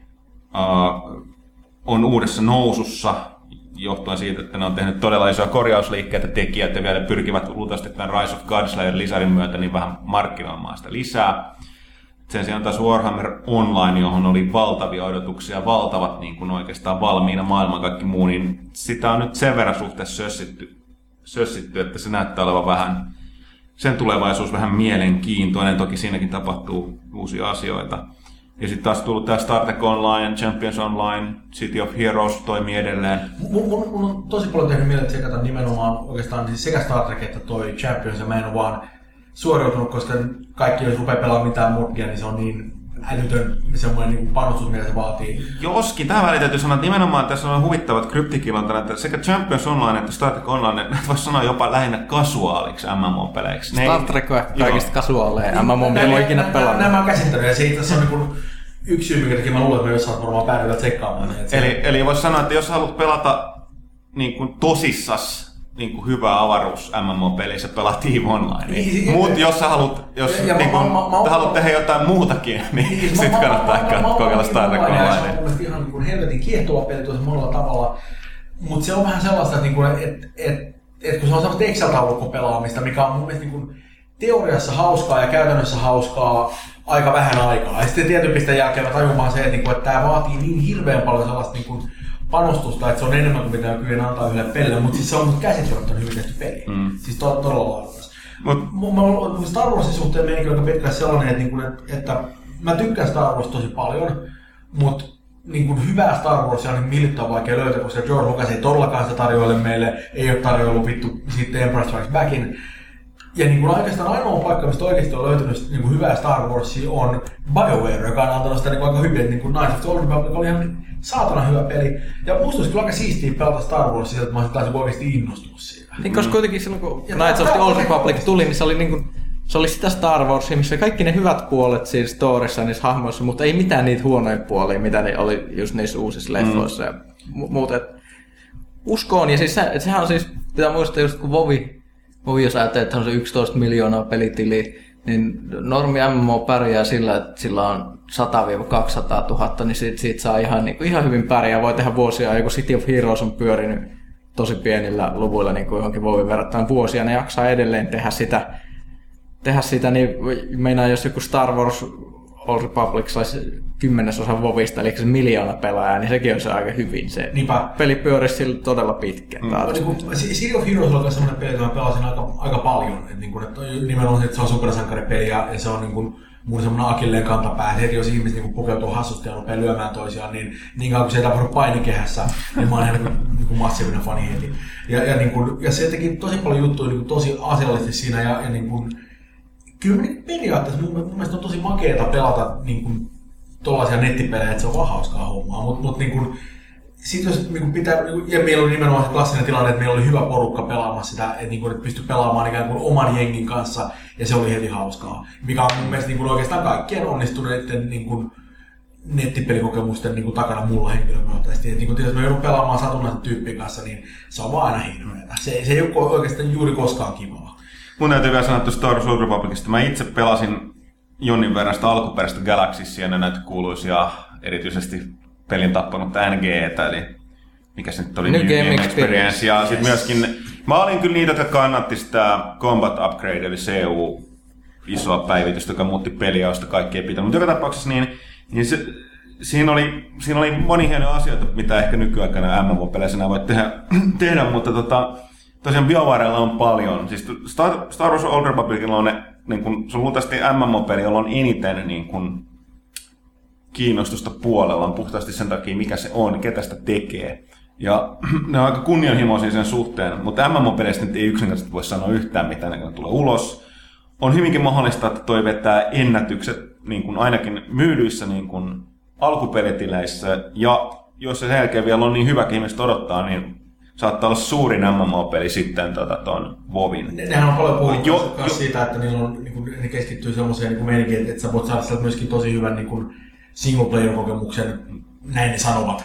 on uudessa nousussa, johtuen siitä, että ne on tehnyt todella isoja korjausliikkeitä tekijät ja vielä pyrkivät luultavasti tämän Rise of Godslayer lisärin myötä niin vähän markkinoimaan sitä lisää. Sen sijaan taas Warhammer Online, johon oli valtavia odotuksia, valtavat niin kuin oikeastaan valmiina maailman kaikki muu, niin sitä on nyt sen verran suhteessa sössitty, että se näyttää olevan vähän, sen tulevaisuus vähän mielenkiintoinen, toki siinäkin tapahtuu uusia asioita. Ja sitten taas tullut tämä Star Trek Online, Champions Online, City of Heroes toimii edelleen.
Mun on tosi paljon tehnyt mieleen tsekata nimenomaan oikeastaan siis sekä Star Trek että toi Champions, ja mä en ole vaan suoriutunut, koska kaikki jos rupeaa pelaamaan mitään modia, niin se on niin älytön semmoinen niin panostus, mitä se vaatii.
Joskin, tähän väliin täytyy sanoa, että nimenomaan tässä on huvittavat kryptikilonta, että sekä Champions Online että Star Trek Online, ne voisi sanoa jopa lähinnä kasuaaliksi MMO-peleiksi.
Star Trek on kaikista kasuaaleja, MMO en voi ikinä pelata.
Nämä on käsittänyt, ja se itse asiassa on niin yksi syy, minkä takia mä luulen, että me jossain varmaan päädytään tsekkaamaan.
Eli voisi sanoa, että jos haluat pelata niin kuin tosissas niin kuin hyvä avaruus MMO-pelissä, pelaa Team Online. Mutta jos sä haluat, haluat tehdä jotain muutakin, niin sit kannattaa ehkä kokeilla Star Trek Online.
Se on mun mielestä ihan niin helvetin kiehtova peli tuossa monella tavalla. Mutta se on vähän sellaista, että kun se on sellaista Excel-taulukko-pelaamista, mikä on mun mielestä niin teoriassa hauskaa ja käytännössä hauskaa aika vähän aikaa. Ja sitten tietyn pisteen jälkeen mä tajumaan se, että tämä vaatii niin hirveän paljon sellaista panostusta, että se on enemmän kuin mitä kyllä antaa yhdelle pelille, mutta siis se on käsittämättä hyvin tehty peli. Siis todella laadukas. Star Warsin suhteen meininki on aika pitkään sellainen, että mä tykkään Star Wars tosi paljon, mutta hyvää Star Warsia on miljoittain vaikea löytää, koska George Lucas ei todellakaan sitä tarjoile meille, ei ole tarjoillut vittu sitten Empire Strikes Backin. Ja niin kuin oikeastaan ainoa paikka, mistä oikeasti on löytynyt niin kuin hyvää Star Warsia, on BioWare, joka on antanut sitä niin kuin aika hyvin. Niin kuin Knights of the Old Republic oli ihan saatana hyvä peli. Ja musta olisi kyllä aika siistiä pelata Star Warsia, että mä olisin oikeasti innostunut siitä.
Niin, koska kuitenkin silloin, kun Knights of the Old Republic tuli, niin se oli, niin kuin, se oli sitä Star Warsia, missä kaikki ne hyvät puolet siinä storissa, niissä hahmoissa, mutta ei mitään niitä huonoja puolia, mitä ne oli just niissä uusissa leffoissa ja muuta. Uskoon, ja siis sehän on siis, pitää muistaa just kun WoW, jos ajattelee, että on se 11 miljoonaa pelitili, niin normi MMO pärjää sillä, että sillä on 100-200 000, niin siitä saa ihan hyvin pärjää. Voi tehdä vuosia, joku City of Heroes on pyörinyt tosi pienillä luvuilla niin kuin johonkin WoWin verrattuna vuosia, ne jaksaa edelleen tehdä sitä, niin meinaa jos joku Star Wars Old Republic saisi 10% WoWista, eli se 1 miljoona pelaajaa, niin sekin olisi aika hyvin. Se peli pyörisi sillä todella pitkään.
City of Heroes on sellainen peli, jota mä pelasin aika paljon. Että nimenomaan että se on supersankaripeli ja se on niin kuin mun semmoinen akilleen kantapää. Heti jos ihmiset niin pukeutuu hassusti ja rupeaa lyömään toisiaan, niin kauan kun se ei tapahdu painikehässä, niin mä oon ihan niin massiivinen fani heti. Ja se teki tosi paljon juttuja niin tosi asiallisesti siinä ja niin kuin, kyllä periaatteessa mun mielestä on tosi makeeta pelata niin tuollaisia nettipelejä, että se on vaan hauskaa hommaa, mutta niin sitten jos niin pitää, ja meillä oli nimenomaan se klassinen tilanne, että meillä oli hyvä porukka pelaamassa sitä, että pystyi pelaamaan ikään kuin oman jengin kanssa, ja se oli heti hauskaa. Mikä on mun mielestä niin oikeastaan kaikkien onnistuneiden niin nettipelikokemusten niin takana mulla henkilökohtaisesti. Että niin jos mä joudun pelaamaan satunnaisen tyyppin kanssa, niin se on vaan aina hirveetä. Se ei ole oikeastaan juuri koskaan kivaa.
Mun täytyy vielä sanoa tuosta Star Wars Old Republicista. Mä itse pelasin jonnin verran sitä alkuperäistä Galaxysia ja näitä kuuluisia, erityisesti pelin tappanutta NG:tä, eli mikä se nyt oli?
New Game Experience.
Ja sit myöskin, mä olin kyllä niitä, jotka kannatti sitä Combat Upgrade, eli CU isoa päivitystä, joka muutti peliausta kaikkea pitää. Mutta joka tapauksessa niin siinä oli moni hienoja asioita, mitä ehkä nykyaikana MMO-peleissä nämä voit tehdä, mutta tosiaan BioWarella on paljon. Siis Star Wars Old Republicilla on ne, niin kun, se on luultavasti MMO-peli, jolla on eniten niin kun, kiinnostusta puolella, on puhtaasti sen takia, mikä se on, ketä sitä tekee. Ja ne on aika kunnianhimoisia sen suhteen, mutta MMO-peleistä nyt ei yksinkertaisesti voi sanoa yhtään mitään, kun ne tulee ulos. On hyvinkin mahdollista, että toi vetää ennätykset niin kun ainakin myydyissä niin kun alkupelitileissä, ja jos se sen jälkeen vielä on niin hyväkin ihmiset odottaa, niin saattaa olla suurin MMO-peli sitten ton WoWin.
Nehän on paljon puhuttu siitä, että niillä on, niin ne keskittyy sellaiseen niin meininkiin, että sä voit saada sieltä myöskin tosi hyvän niin single-player-kokemuksen, näin ne sanovat.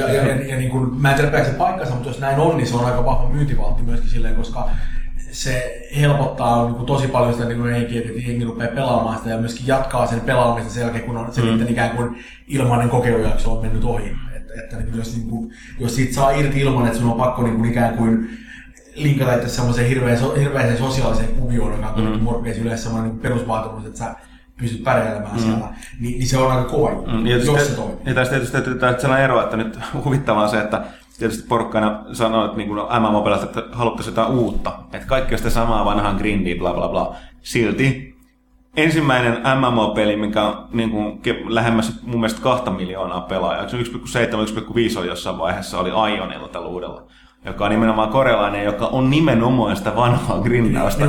Ja niin kuin, mä en tiedä päästä paikkansa, mutta jos näin on, niin se on aika vahva myyntivaltti myöskin silleen, koska se helpottaa niin kuin, tosi paljon sitä niin meininkiä, että jengi rupeaa pelaamaan sitä ja myöskin jatkaa sen pelaamista sen jälkeen, kun on se ikään kuin ilmainen kokeilujakso on mennyt ohi. Että jos siitä saa irti ilman, että sun on pakko niin kuin ikään kuin linkata itse semmoiseen hirveäseen sosiaaliseen kuvioon, joka on Morpheus yleensä semmoinen niin perusvaatimus, että sä pystyt pärjäämään siellä, niin se on aika kova juttu, jos se toimii.
Ja tästä tietysti täytyy sellainen ero, että nyt huvittavaa se, että tietysti porukka sanoo, että niin MMO-pelasta, että haluttaisiin jotain uutta, että kaikki on sitä samaa vanhaan grindiä, bla bla bla. Silti ensimmäinen MMO-peli, mikä on niin kuin lähemmäs mun mielestä 2 miljoonaa pelaajaa, 1,7-1,5 oli jossain vaiheessa, oli Ionilla tällä uudella, joka on nimenomaan korealainen, joka on nimenomaan sitä vanhaa grindausta.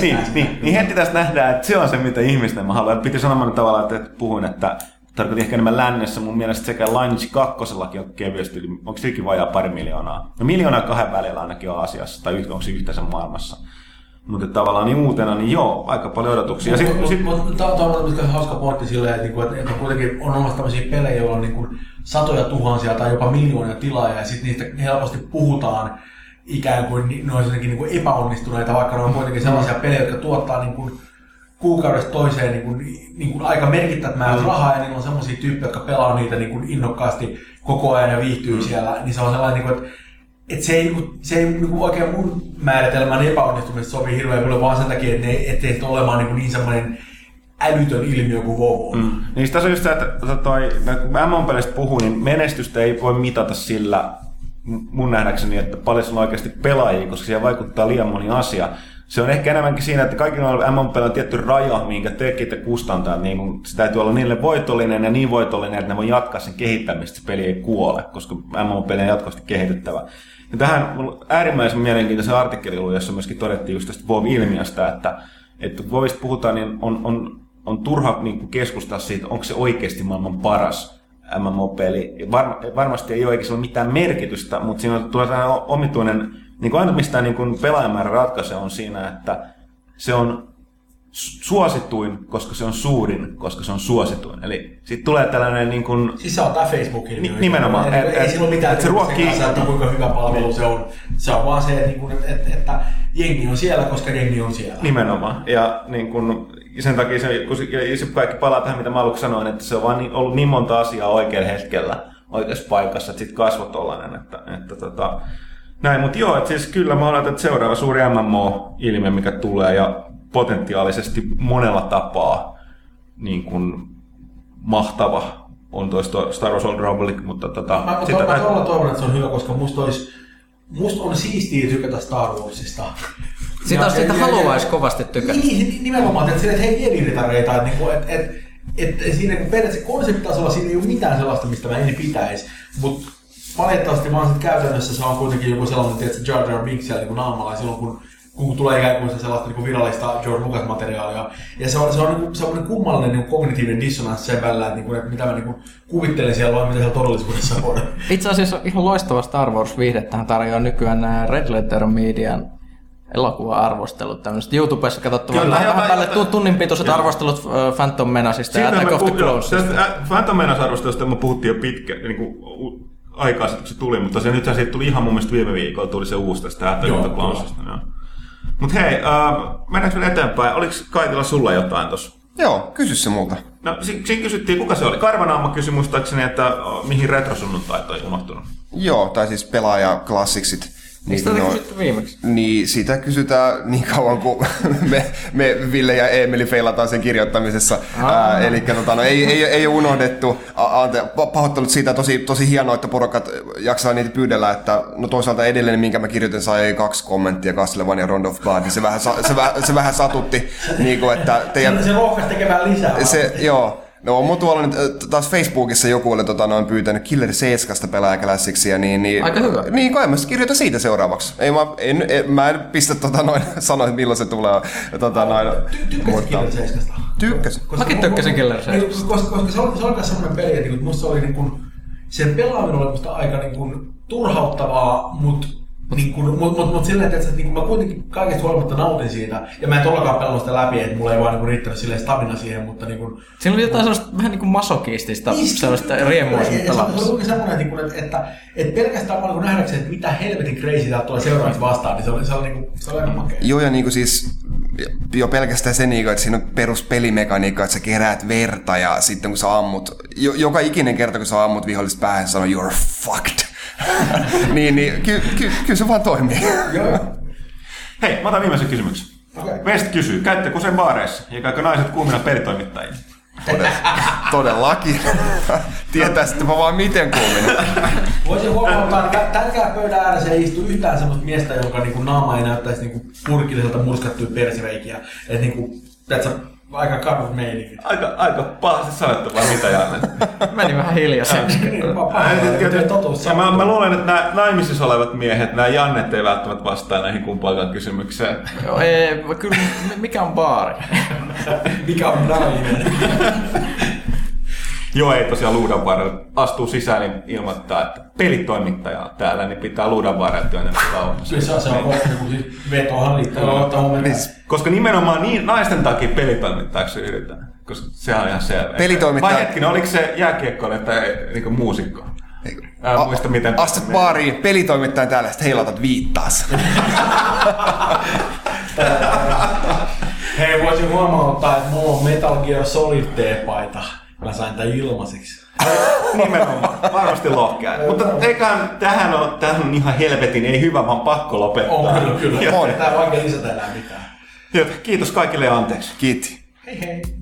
Niin heti tästä nähdään, että se on se, mitä ihmisten mä haluan. Piti sanomaan tavallaan, että puhuin, että tarkoitin ehkä enemmän lännessä. Mun mielestä sekä Lineage 2 on kevyesti, onko sekin vajaa 2 miljoonaa? No 1 miljoonaa 2 välillä ainakin on asiassa, tai onko se yhteensä maailmassa. Mutta tavallaan niin uutena, niin joo, aika paljon odotuksia.
Tämä on hauska pointti silleen, että kuitenkin on olemassa tämmöisiä pelejä, joilla on niin satoja tuhansia tai jopa miljoonia tilaajia, ja sitten niistä helposti puhutaan ikään kuin ne olisi jotenkin niin epäonnistuneita, vaikka ne on kuitenkin sellaisia pelejä, jotka tuottaa niin kuin kuukaudesta toiseen niin kuin aika merkittävät määrät rahaa, ja niillä on sellaisia tyyppejä, jotka pelaa niitä niin kuin innokkaasti koko ajan ja viihtyy siellä, niin se on sellainen, niin kuin, että se ei niin oikein mun määritelmän epäonnistumista sovi hirveän paljon, vaan sen takia, että ettei ole olemaan niin semmoinen älytön ilmiö kuin WoW on.
Niin tässä on just se, että kun MMO-peleistä puhuu, niin menestystä ei voi mitata sillä mun nähdäkseni, että paljon on oikeasti pelaajia, koska siellä vaikuttaa liian moni asia. Se on ehkä enemmänkin siinä, että kaikilla MMO:lla on tietty raja, minkä tekijät ja kustantajat, niin se täytyy olla niille voitollinen ja niin voitollinen, että ne voi jatkaa sen kehittämistä, se peli ei kuole, koska MMO-peli on jatkuvasti kehitettävä. Ja tähän on äärimmäisen mielenkiintoisen artikkelin, jossa myöskin todettiin just tästä WoW-ilmiöstä, että WoWista puhutaan, niin on turha niin keskustella siitä, onko se oikeasti maailman paras MMO-peli. Varmasti ei oikeasti ole mitään merkitystä, mutta siinä tulee tällainen omituinen, niin aina mistä niin pelaajamäärä ratkaisee on siinä, että se on suosituin, koska se on suurin, koska se on suosituin. Eli sitten tulee tällainen niin kuin...
Siis se on tämä Facebook-ilmiö.
Nimenomaan.
Ei sillä ole mitään
se ruokkii...
että kuinka hyvä palvelu se on. Se on vaan se, että jengi on siellä, koska jengi on siellä.
Nimenomaan. Ja niin kuin, sen takia se kaikki palaa tähän, mitä mä aluksi sanoin, että se on vaan ollut niin monta asiaa oikealla hetkellä, oikeassa paikassa, että sitten kasvoi tollainen. Näin, mutta joo, että siis kyllä mä oletan, että seuraava suuri MMO-ilmiö, mikä tulee, ja potentiaalisesti monella tapaa niin kuin mahtava on tuo Star Wars Old Republic, mutta
Mä toivon, että se on hyvä, koska musta on siistiä tykätä Star Warsista.
Sitä haluaisi kovasti tykätä.
Nimenomaan, että hei jeniritareita, että siinä periaatteessa konseptitasolla siinä ei ole mitään sellaista, mistä mä en pitäisi, mutta valitettavasti vaan sit käytännössä se on kuitenkin joku sellainen, että Jar Jar Binks siellä niin naamalla, ja silloin kun tulee ikään kuin sellaista niin virallista George Lucas-materiaalia. Ja se on niin semmoinen kummallinen niin kognitiivinen dissonanssi sen välillä, että mitä mä niin kuvittelen siellä on, mitä siellä todellisuudessa on.
Itse asiassa ihan loistava Star Wars-viihdettähän tarjoaa nykyään nämä Red Letter Median elokuva-arvostelut, tämmöiset YouTubessa katsottavaa vähän päälle tunnin pituiset arvostelut Phantom Menacesta ja Attack of the Clonesista.
Phantom Menace-arvostelusta me puhuttiin jo niin aikaa sitten, kun se tuli, mutta nythän siitä tuli ihan mun mielestä viime viikolla tuli se uusi tästä Attack of the Clonesista. Mutta hei, mennäänkö vielä eteenpäin? Oliko Kaitila sulla jotain tossa?
Joo, kysy se multa.
No, siinä kysyttiin, kuka se oli? Karvanaama kysyi muistaakseni, että mihin retrosunnuntait on unohtunut.
Joo, tai siis pelaajaklassiksit.
Mistä te kysytte viimeksi?
Niin, sitä kysytään niin kauan, kun me Ville ja Eemeli feilataan sen kirjoittamisessa. Eli ei ole unohdettu. Pahoittelut siitä, tosi hienoa, että porukat jaksaa niitä pyydellä. Että, no toisaalta edelleen, minkä mä kirjoitin, sai 2 kommenttia Castlevania ja Round of Blood. Niin se vähän satutti. Niin kuin, että
se rohkaisi tekemään lisää.
Joo. No, mun tuolla nyt taas Facebookissa joku oli pyytänyt Killer 7 pelaajaklassiksiä, niin...
Aika hyvä.
Niin, kai mä kirjoitan siitä seuraavaksi. Mä en pistä sanoa, milloin se tulee.
Tykkäsit Killer 7?
Tykkäsin.
Mäkin tykkäsin Killer 7.
Koska se oli myös semmoinen peli, että musta se oli sen pelaaminen oli musta aika turhauttavaa, mutta silleen, että mä kuitenkin kaikesta huolimatta nautin siitä. Ja mä en todellakaan pelannut sitä läpi, että mulla ei vaan riittänyt silleen stamina siihen, mutta
siinä oli jotain sellaista vähän masokistista, sellaista riemua sun pelaamista.
Se oli semmoinen, että pelkästään vaan nähdäkseen, että mitä helvetin crazy täältä tulee seuraavaksi vastaan, niin se oli aika makea.
Joo, ja siis jo pelkästään se, että siinä on peruspelimekaniikka, että sä keräät verta ja sitten kun sä ammut, joka ikinen kerta kun sä ammut vihollista päähän, sanoo you're fucked. niin kyllä se vaan toimii.
Hei, mä otan viimeisen kysymyksen. Okay. West kysyy, käyttäkö usein baareissa ja käykö naiset kuumina pelitoimittajia?
Todellakin. Tietää sitten vaan miten kuumina.
Voisin huomauttaa, että tämänkään pöydän ääressä ei istu yhtään semmoista miestä, joka naama ei näyttäisi purkilliselta murskattuja persireikiä. Että aika kadut meininki.
Aika pahasti sanottu, vai mitä Janne?
Meni vähän hiljaiseksi.
Mä luulen, että nämä naimisissa olevat miehet, nämä Jannet ei välttämättä vastaa näihin kumpaakaan kysymykseen.
Joo, ei, kyllä, mikä on baari?
Mikä on nainen?
Joo, ei tosiaan luudan varrella. Astuu sisään, niin ilmoittaa, että pelitoimittaja on täällä, niin pitää luudan varrella työnnellä kauemmas.
Kyllä se on kohta, kun vetohan liittyy.
Koska nimenomaan naisten takia pelitoimittajaksi yritetään. Koska sehän on ihan selvä. Vai hetkinen, oliko se jääkiekkoille tai niin muusikko? Muista miten...
Astut baariin, pelitoimittajan täällä, sitten heilautat viittaas.
Hei, voisin huomauttaa, että mulla on Metal Gear Solid T-paita. Mä sain tän ilmaiseksi.
Nimenomaan, varmasti lohkea. Mutta eiköhän tähän on ihan helvetin, ei hyvä, vaan pakko lopettaa.
On kyllä. Tää on vaikea lisätä enää mitään.
Kiitos kaikille ja anteeksi.
Kiitti.
Hei hei.